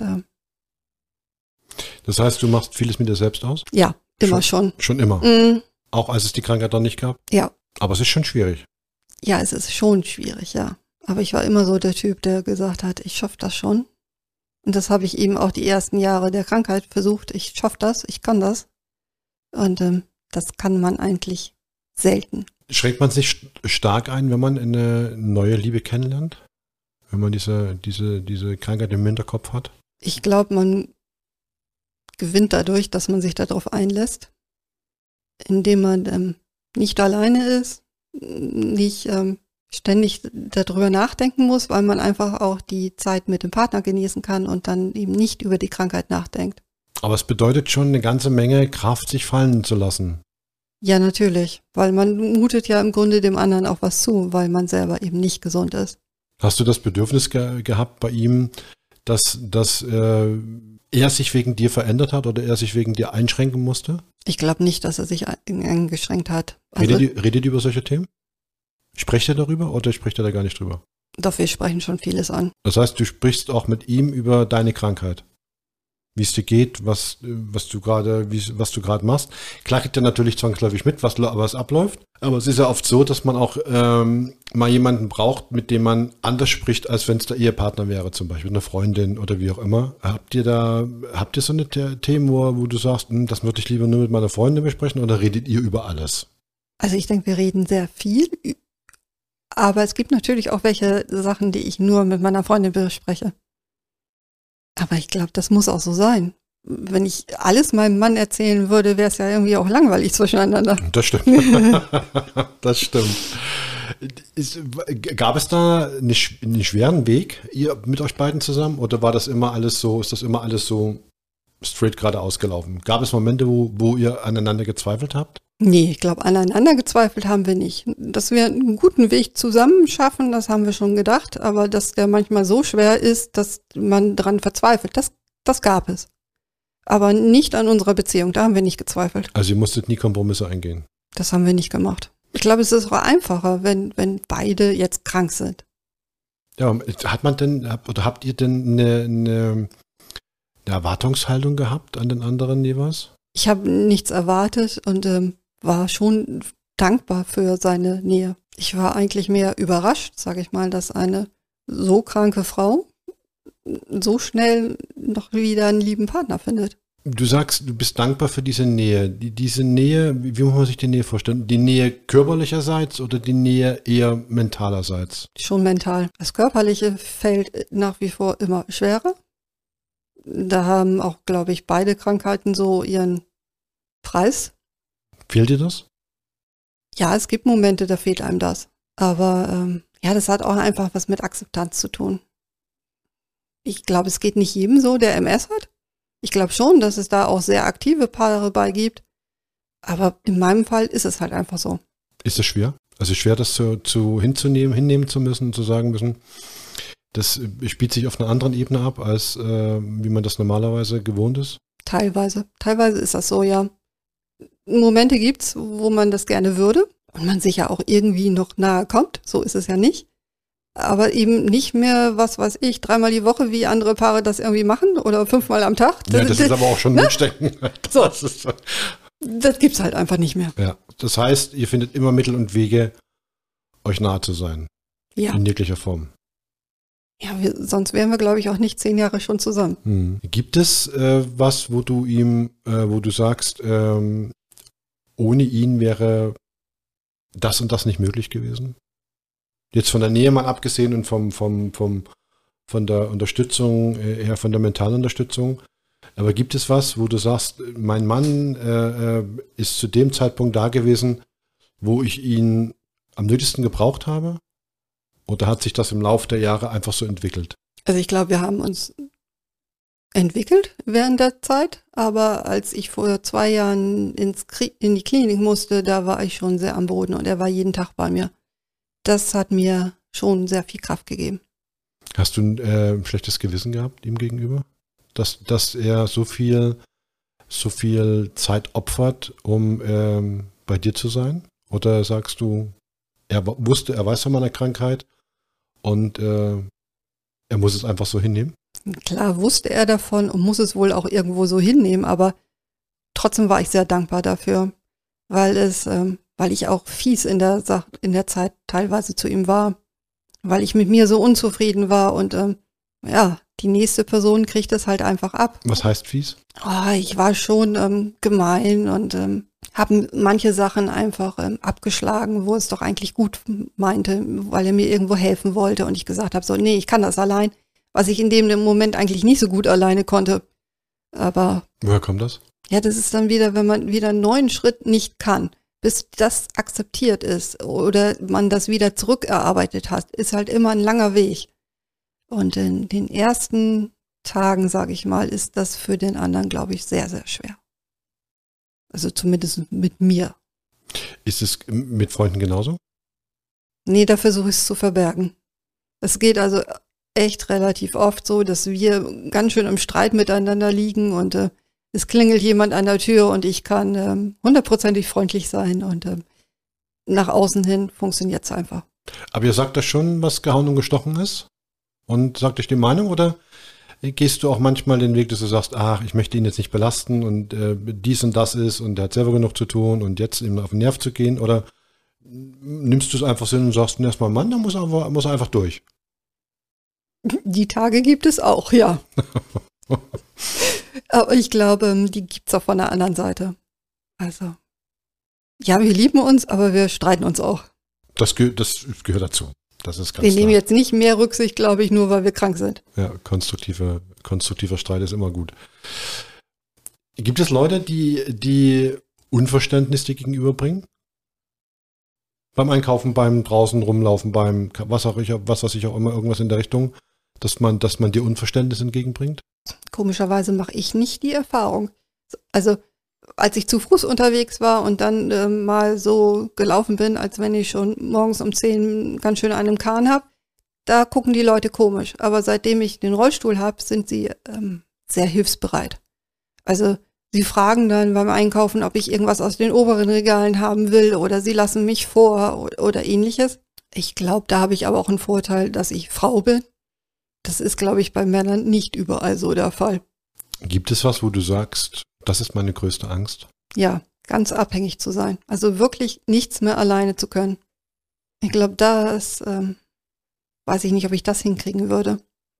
[SPEAKER 1] das heißt, du machst vieles mit dir selbst aus?
[SPEAKER 2] Ja, immer schon.
[SPEAKER 1] Schon immer?
[SPEAKER 2] Mm.
[SPEAKER 1] Auch als es die Krankheit noch nicht gab?
[SPEAKER 2] Ja.
[SPEAKER 1] Aber es ist schon schwierig.
[SPEAKER 2] Ja, es ist schon schwierig, ja. Aber ich war immer so der Typ, der gesagt hat, ich schaffe das schon. Und das habe ich eben auch die ersten Jahre der Krankheit versucht. Ich schaffe das, ich kann das. Und das kann man eigentlich selten.
[SPEAKER 1] Schränkt man sich stark ein, wenn man eine neue Liebe kennenlernt? Wenn man diese Krankheit im Hinterkopf hat?
[SPEAKER 2] Ich glaube, man gewinnt dadurch, dass man sich darauf einlässt, indem man nicht alleine ist, nicht ständig darüber nachdenken muss, weil man einfach auch die Zeit mit dem Partner genießen kann und dann eben nicht über die Krankheit nachdenkt.
[SPEAKER 1] Aber es bedeutet schon eine ganze Menge Kraft, sich fallen zu lassen.
[SPEAKER 2] Ja, natürlich, weil man mutet ja im Grunde dem anderen auch was zu, weil man selber eben nicht gesund ist.
[SPEAKER 1] Hast du das Bedürfnis gehabt bei ihm, dass er sich wegen dir verändert hat oder er sich wegen dir einschränken musste?
[SPEAKER 2] Ich glaube nicht, dass er sich eingeschränkt hat. Also,
[SPEAKER 1] redet ihr über solche Themen? Sprecht ihr darüber oder spricht er da gar nicht drüber?
[SPEAKER 2] Doch, wir sprechen schon vieles an.
[SPEAKER 1] Das heißt, du sprichst auch mit ihm über deine Krankheit? wie es dir geht, was du gerade machst. Klar kriegt er natürlich zwangsläufig mit, was abläuft. Aber es ist ja oft so, dass man auch mal jemanden braucht, mit dem man anders spricht, als wenn es der Ehepartner wäre, zum Beispiel eine Freundin oder wie auch immer. Habt ihr so eine Themen, wo du sagst, das würde ich lieber nur mit meiner Freundin besprechen, oder redet ihr über alles?
[SPEAKER 2] Also ich denke, wir reden sehr viel, aber es gibt natürlich auch welche Sachen, die ich nur mit meiner Freundin bespreche. Aber ich glaube, das muss auch so sein. Wenn ich alles meinem Mann erzählen würde, wäre es ja irgendwie auch langweilig zwischeneinander.
[SPEAKER 1] Das stimmt. Das stimmt. Gab es da einen schweren Weg ihr mit euch beiden zusammen, oder ist das immer alles so straight geradeaus gelaufen? Gab es Momente, wo ihr aneinander gezweifelt habt?
[SPEAKER 2] Nee, ich glaube, aneinander gezweifelt haben wir nicht. Dass wir einen guten Weg zusammen schaffen, das haben wir schon gedacht, aber dass der manchmal so schwer ist, dass man dran verzweifelt, das gab es. Aber nicht an unserer Beziehung, da haben wir nicht gezweifelt.
[SPEAKER 1] Also ihr musstet nie Kompromisse eingehen?
[SPEAKER 2] Das haben wir nicht gemacht. Ich glaube, es ist auch einfacher, wenn beide jetzt krank sind.
[SPEAKER 1] Ja, habt ihr denn eine Erwartungshaltung gehabt an den anderen jeweils?
[SPEAKER 2] Ich habe nichts erwartet und war schon dankbar für seine Nähe. Ich war eigentlich mehr überrascht, sage ich mal, dass eine so kranke Frau so schnell noch wieder einen lieben Partner findet.
[SPEAKER 1] Du sagst, du bist dankbar für diese Nähe. Diese Nähe, wie muss man sich die Nähe vorstellen? Die Nähe körperlicherseits oder die Nähe eher mentalerseits?
[SPEAKER 2] Schon mental. Das Körperliche fällt nach wie vor immer schwerer. Da haben auch, glaube ich, beide Krankheiten so ihren Preis.
[SPEAKER 1] Fehlt dir das?
[SPEAKER 2] Ja, es gibt Momente, da fehlt einem das. Aber das hat auch einfach was mit Akzeptanz zu tun. Ich glaube, es geht nicht jedem so, der MS hat. Ich glaube schon, dass es da auch sehr aktive Paare bei gibt. Aber in meinem Fall ist es halt einfach so.
[SPEAKER 1] Ist es schwer? Also schwer, das hinnehmen zu müssen, zu sagen müssen, das spielt sich auf einer anderen Ebene ab, als wie man das normalerweise gewohnt ist?
[SPEAKER 2] Teilweise. Teilweise ist das so, ja. Momente gibt's, wo man das gerne würde und man sich ja auch irgendwie noch nahe kommt. So ist es ja nicht. Aber eben nicht mehr, was weiß ich, 3-mal die Woche, wie andere Paare das irgendwie machen oder 5-mal am Tag.
[SPEAKER 1] Ja, das ist aber auch schon Wunschdenken.
[SPEAKER 2] So. Das gibt's halt einfach nicht mehr.
[SPEAKER 1] Ja, das heißt, ihr findet immer Mittel und Wege, euch nahe zu sein.
[SPEAKER 2] Ja.
[SPEAKER 1] In jeglicher Form.
[SPEAKER 2] Ja, sonst wären wir, glaube ich, auch nicht 10 Jahre schon zusammen.
[SPEAKER 1] Gibt es was, wo du sagst, ohne ihn wäre das und das nicht möglich gewesen? Jetzt von der Nähe mal abgesehen und von der Unterstützung, eher von der mentalen Unterstützung. Aber gibt es was, wo du sagst, mein Mann ist zu dem Zeitpunkt da gewesen, wo ich ihn am nötigsten gebraucht habe? Oder hat sich das im Laufe der Jahre einfach so entwickelt?
[SPEAKER 2] Also ich glaube, wir haben uns entwickelt während der Zeit, aber als ich vor 2 Jahren in die Klinik musste, da war ich schon sehr am Boden und er war jeden Tag bei mir. Das hat mir schon sehr viel Kraft gegeben.
[SPEAKER 1] Hast du ein schlechtes Gewissen gehabt ihm gegenüber? Dass er so viel Zeit opfert, um bei dir zu sein? Oder sagst du, er weiß von meiner Krankheit und er muss es einfach so hinnehmen?
[SPEAKER 2] Klar wusste er davon und muss es wohl auch irgendwo so hinnehmen, aber trotzdem war ich sehr dankbar dafür, weil ich auch fies in der Zeit teilweise zu ihm war, weil ich mit mir so unzufrieden war und die nächste Person kriegt es halt einfach ab.
[SPEAKER 1] Was heißt fies?
[SPEAKER 2] Ich war schon gemein und habe manche Sachen einfach abgeschlagen, wo es doch eigentlich gut meinte, weil er mir irgendwo helfen wollte und ich gesagt habe, so, nee, ich kann das allein, was ich in dem Moment eigentlich nicht so gut alleine konnte. Aber
[SPEAKER 1] woher kommt das?
[SPEAKER 2] Ja, das ist dann wieder, wenn man wieder einen neuen Schritt nicht kann, bis das akzeptiert ist oder man das wieder zurückerarbeitet hat, ist halt immer ein langer Weg. Und in den ersten Tagen, sage ich mal, ist das für den anderen, glaube ich, sehr, sehr schwer. Also zumindest mit mir.
[SPEAKER 1] Ist es mit Freunden genauso?
[SPEAKER 2] Nee, da versuche ich es zu verbergen. Es geht also echt relativ oft so, dass wir ganz schön im Streit miteinander liegen und es klingelt jemand an der Tür und ich kann 100%ig freundlich sein und nach außen hin funktioniert es einfach.
[SPEAKER 1] Aber ihr sagt das schon, was gehauen und gestochen ist? Und sagt euch die Meinung oder gehst du auch manchmal den Weg, dass du sagst, ach, ich möchte ihn jetzt nicht belasten und dies und das ist und der hat selber genug zu tun und jetzt ihm auf den Nerv zu gehen? Oder nimmst du es einfach so und sagst, erstmal Mann, da muss er einfach durch?
[SPEAKER 2] Die Tage gibt es auch, ja. Aber ich glaube, die gibt es auch von der anderen Seite. Also, ja, wir lieben uns, aber wir streiten uns auch.
[SPEAKER 1] Das gehört dazu. Das ist ganz
[SPEAKER 2] Wir
[SPEAKER 1] klar.
[SPEAKER 2] nehmen jetzt nicht mehr Rücksicht, glaube ich, nur weil wir krank sind.
[SPEAKER 1] Ja, konstruktiver Streit ist immer gut. Gibt es Leute, die Unverständnis dir gegenüberbringen? Beim Einkaufen, beim draußen rumlaufen, beim was weiß ich auch immer, irgendwas in der Richtung, dass man dir Unverständnis entgegenbringt?
[SPEAKER 2] Komischerweise mache ich nicht die Erfahrung. Also, als ich zu Fuß unterwegs war und dann mal so gelaufen bin, als wenn ich schon morgens um 10 ganz schön einen im Kahn habe, da gucken die Leute komisch. Aber seitdem ich den Rollstuhl habe, sind sie sehr hilfsbereit. Also sie fragen dann beim Einkaufen, ob ich irgendwas aus den oberen Regalen haben will oder sie lassen mich vor oder ähnliches. Ich glaube, da habe ich aber auch einen Vorteil, dass ich Frau bin. Das ist, glaube ich, bei Männern nicht überall so der Fall.
[SPEAKER 1] Gibt es was, wo du sagst, das ist meine größte Angst?
[SPEAKER 2] Ja, ganz abhängig zu sein. Also wirklich nichts mehr alleine zu können. Ich glaube, weiß ich nicht, ob ich das hinkriegen würde.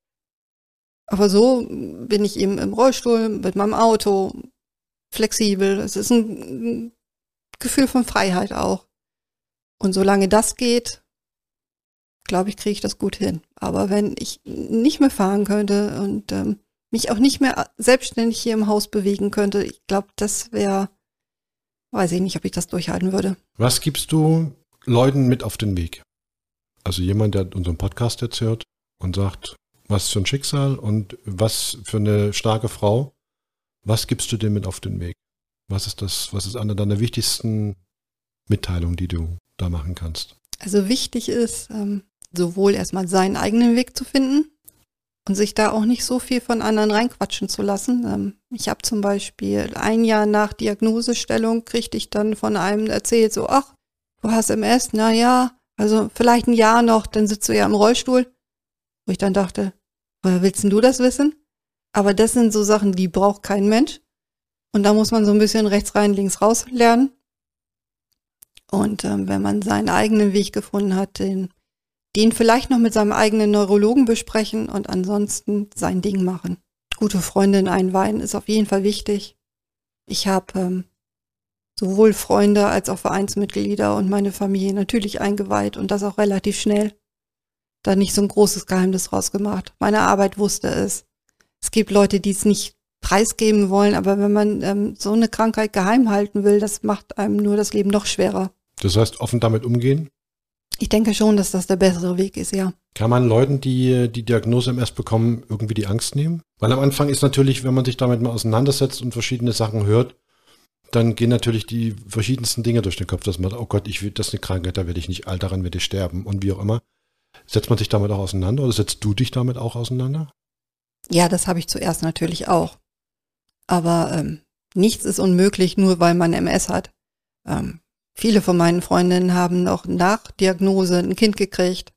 [SPEAKER 2] Aber so bin ich eben im Rollstuhl, mit meinem Auto, flexibel. Es ist ein Gefühl von Freiheit auch. Und solange das geht, glaube ich, kriege ich das gut hin. Aber wenn ich nicht mehr fahren könnte und mich auch nicht mehr selbstständig hier im Haus bewegen könnte, ich glaube, das wäre, weiß ich nicht, ob ich das durchhalten würde.
[SPEAKER 1] Was gibst du Leuten mit auf den Weg? Also jemand, der unseren Podcast jetzt hört und sagt, was für ein Schicksal und was für eine starke Frau, was gibst du dem mit auf den Weg? Was ist eine deiner wichtigsten Mitteilungen, die du da machen kannst?
[SPEAKER 2] Also wichtig ist, sowohl erstmal seinen eigenen Weg zu finden und sich da auch nicht so viel von anderen reinquatschen zu lassen. Ich habe zum Beispiel 1 Jahr nach Diagnosestellung kriegte ich dann von einem erzählt, so, ach, du hast MS, na ja, also vielleicht 1 Jahr noch, dann sitzt du ja im Rollstuhl. Wo ich dann dachte, woher willst denn du das wissen? Aber das sind so Sachen, die braucht kein Mensch. Und da muss man so ein bisschen rechts rein, links raus lernen. Und wenn man seinen eigenen Weg gefunden hat, den vielleicht noch mit seinem eigenen Neurologen besprechen und ansonsten sein Ding machen. Gute Freundin einweihen ist auf jeden Fall wichtig. Ich habe sowohl Freunde als auch Vereinsmitglieder und meine Familie natürlich eingeweiht und das auch relativ schnell. Da nicht so ein großes Geheimnis rausgemacht. Meine Arbeit wusste es. Es gibt Leute, die es nicht preisgeben wollen, aber wenn man so eine Krankheit geheim halten will, das macht einem nur das Leben noch schwerer.
[SPEAKER 1] Das heißt, offen damit umgehen?
[SPEAKER 2] Ich denke schon, dass das der bessere Weg ist, ja.
[SPEAKER 1] Kann man Leuten, die die Diagnose MS bekommen, irgendwie die Angst nehmen? Weil am Anfang ist natürlich, wenn man sich damit mal auseinandersetzt und verschiedene Sachen hört, dann gehen natürlich die verschiedensten Dinge durch den Kopf, dass man, oh Gott, das ist eine Krankheit, da werde ich nicht alt, daran werde ich sterben und wie auch immer. Setzt man sich damit auch auseinander oder setzt du dich damit auch auseinander?
[SPEAKER 2] Ja, das habe ich zuerst natürlich auch. Aber nichts ist unmöglich, nur weil man MS hat. Viele von meinen Freundinnen haben noch nach Diagnose ein Kind gekriegt.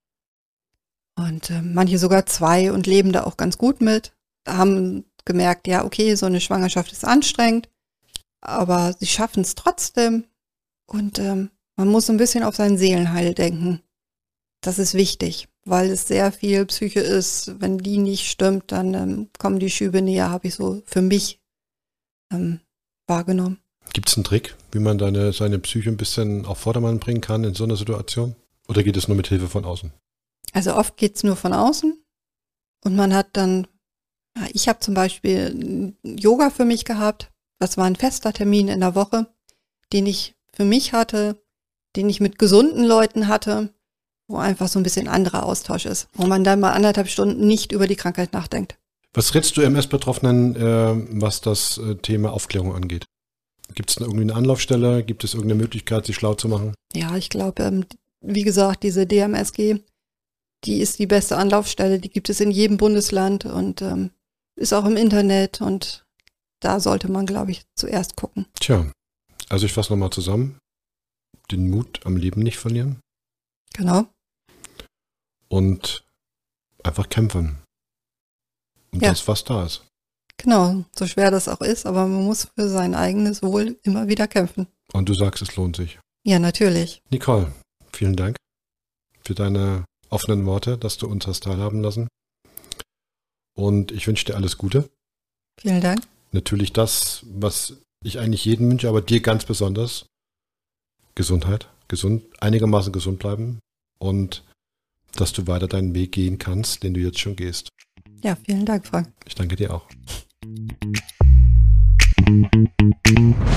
[SPEAKER 2] Und manche sogar 2 und leben da auch ganz gut mit. Haben gemerkt, ja, okay, so eine Schwangerschaft ist anstrengend, aber sie schaffen es trotzdem. Und man muss so ein bisschen auf sein Seelenheil denken. Das ist wichtig, weil es sehr viel Psyche ist. Wenn die nicht stimmt, dann kommen die Schübe näher, habe ich so für mich wahrgenommen.
[SPEAKER 1] Gibt es einen Trick, wie man seine Psyche ein bisschen auf Vordermann bringen kann in so einer Situation? Oder geht es nur mit Hilfe von außen?
[SPEAKER 2] Also oft geht es nur von außen und man hat dann, ja, ich habe zum Beispiel Yoga für mich gehabt. Das war ein fester Termin in der Woche, den ich für mich hatte, den ich mit gesunden Leuten hatte, wo einfach so ein bisschen anderer Austausch ist, wo man dann mal 1,5 Stunden nicht über die Krankheit nachdenkt.
[SPEAKER 1] Was rätst du MS-Betroffenen, was das Thema Aufklärung angeht? Gibt es irgendwie eine Anlaufstelle? Gibt es irgendeine Möglichkeit, sich schlau zu machen?
[SPEAKER 2] Ja, ich glaube, wie gesagt, diese DMSG, die ist die beste Anlaufstelle. Die gibt es in jedem Bundesland und ist auch im Internet. Und da sollte man, glaube ich, zuerst gucken.
[SPEAKER 1] Tja, also ich fasse nochmal zusammen. Den Mut am Leben nicht verlieren.
[SPEAKER 2] Genau.
[SPEAKER 1] Und einfach kämpfen. Und
[SPEAKER 2] Ja.
[SPEAKER 1] das, was da ist.
[SPEAKER 2] Genau, so schwer das auch ist, aber man muss für sein eigenes Wohl immer wieder kämpfen.
[SPEAKER 1] Und du sagst, es lohnt sich.
[SPEAKER 2] Ja, natürlich.
[SPEAKER 1] Nicole, vielen Dank für deine offenen Worte, dass du uns hast teilhaben lassen. Und ich wünsche dir alles Gute.
[SPEAKER 2] Vielen Dank.
[SPEAKER 1] Natürlich das, was ich eigentlich jedem wünsche, aber dir ganz besonders. Gesundheit, einigermaßen gesund bleiben und dass du weiter deinen Weg gehen kannst, den du jetzt schon gehst.
[SPEAKER 2] Ja, vielen Dank, Frank.
[SPEAKER 1] Ich danke dir auch.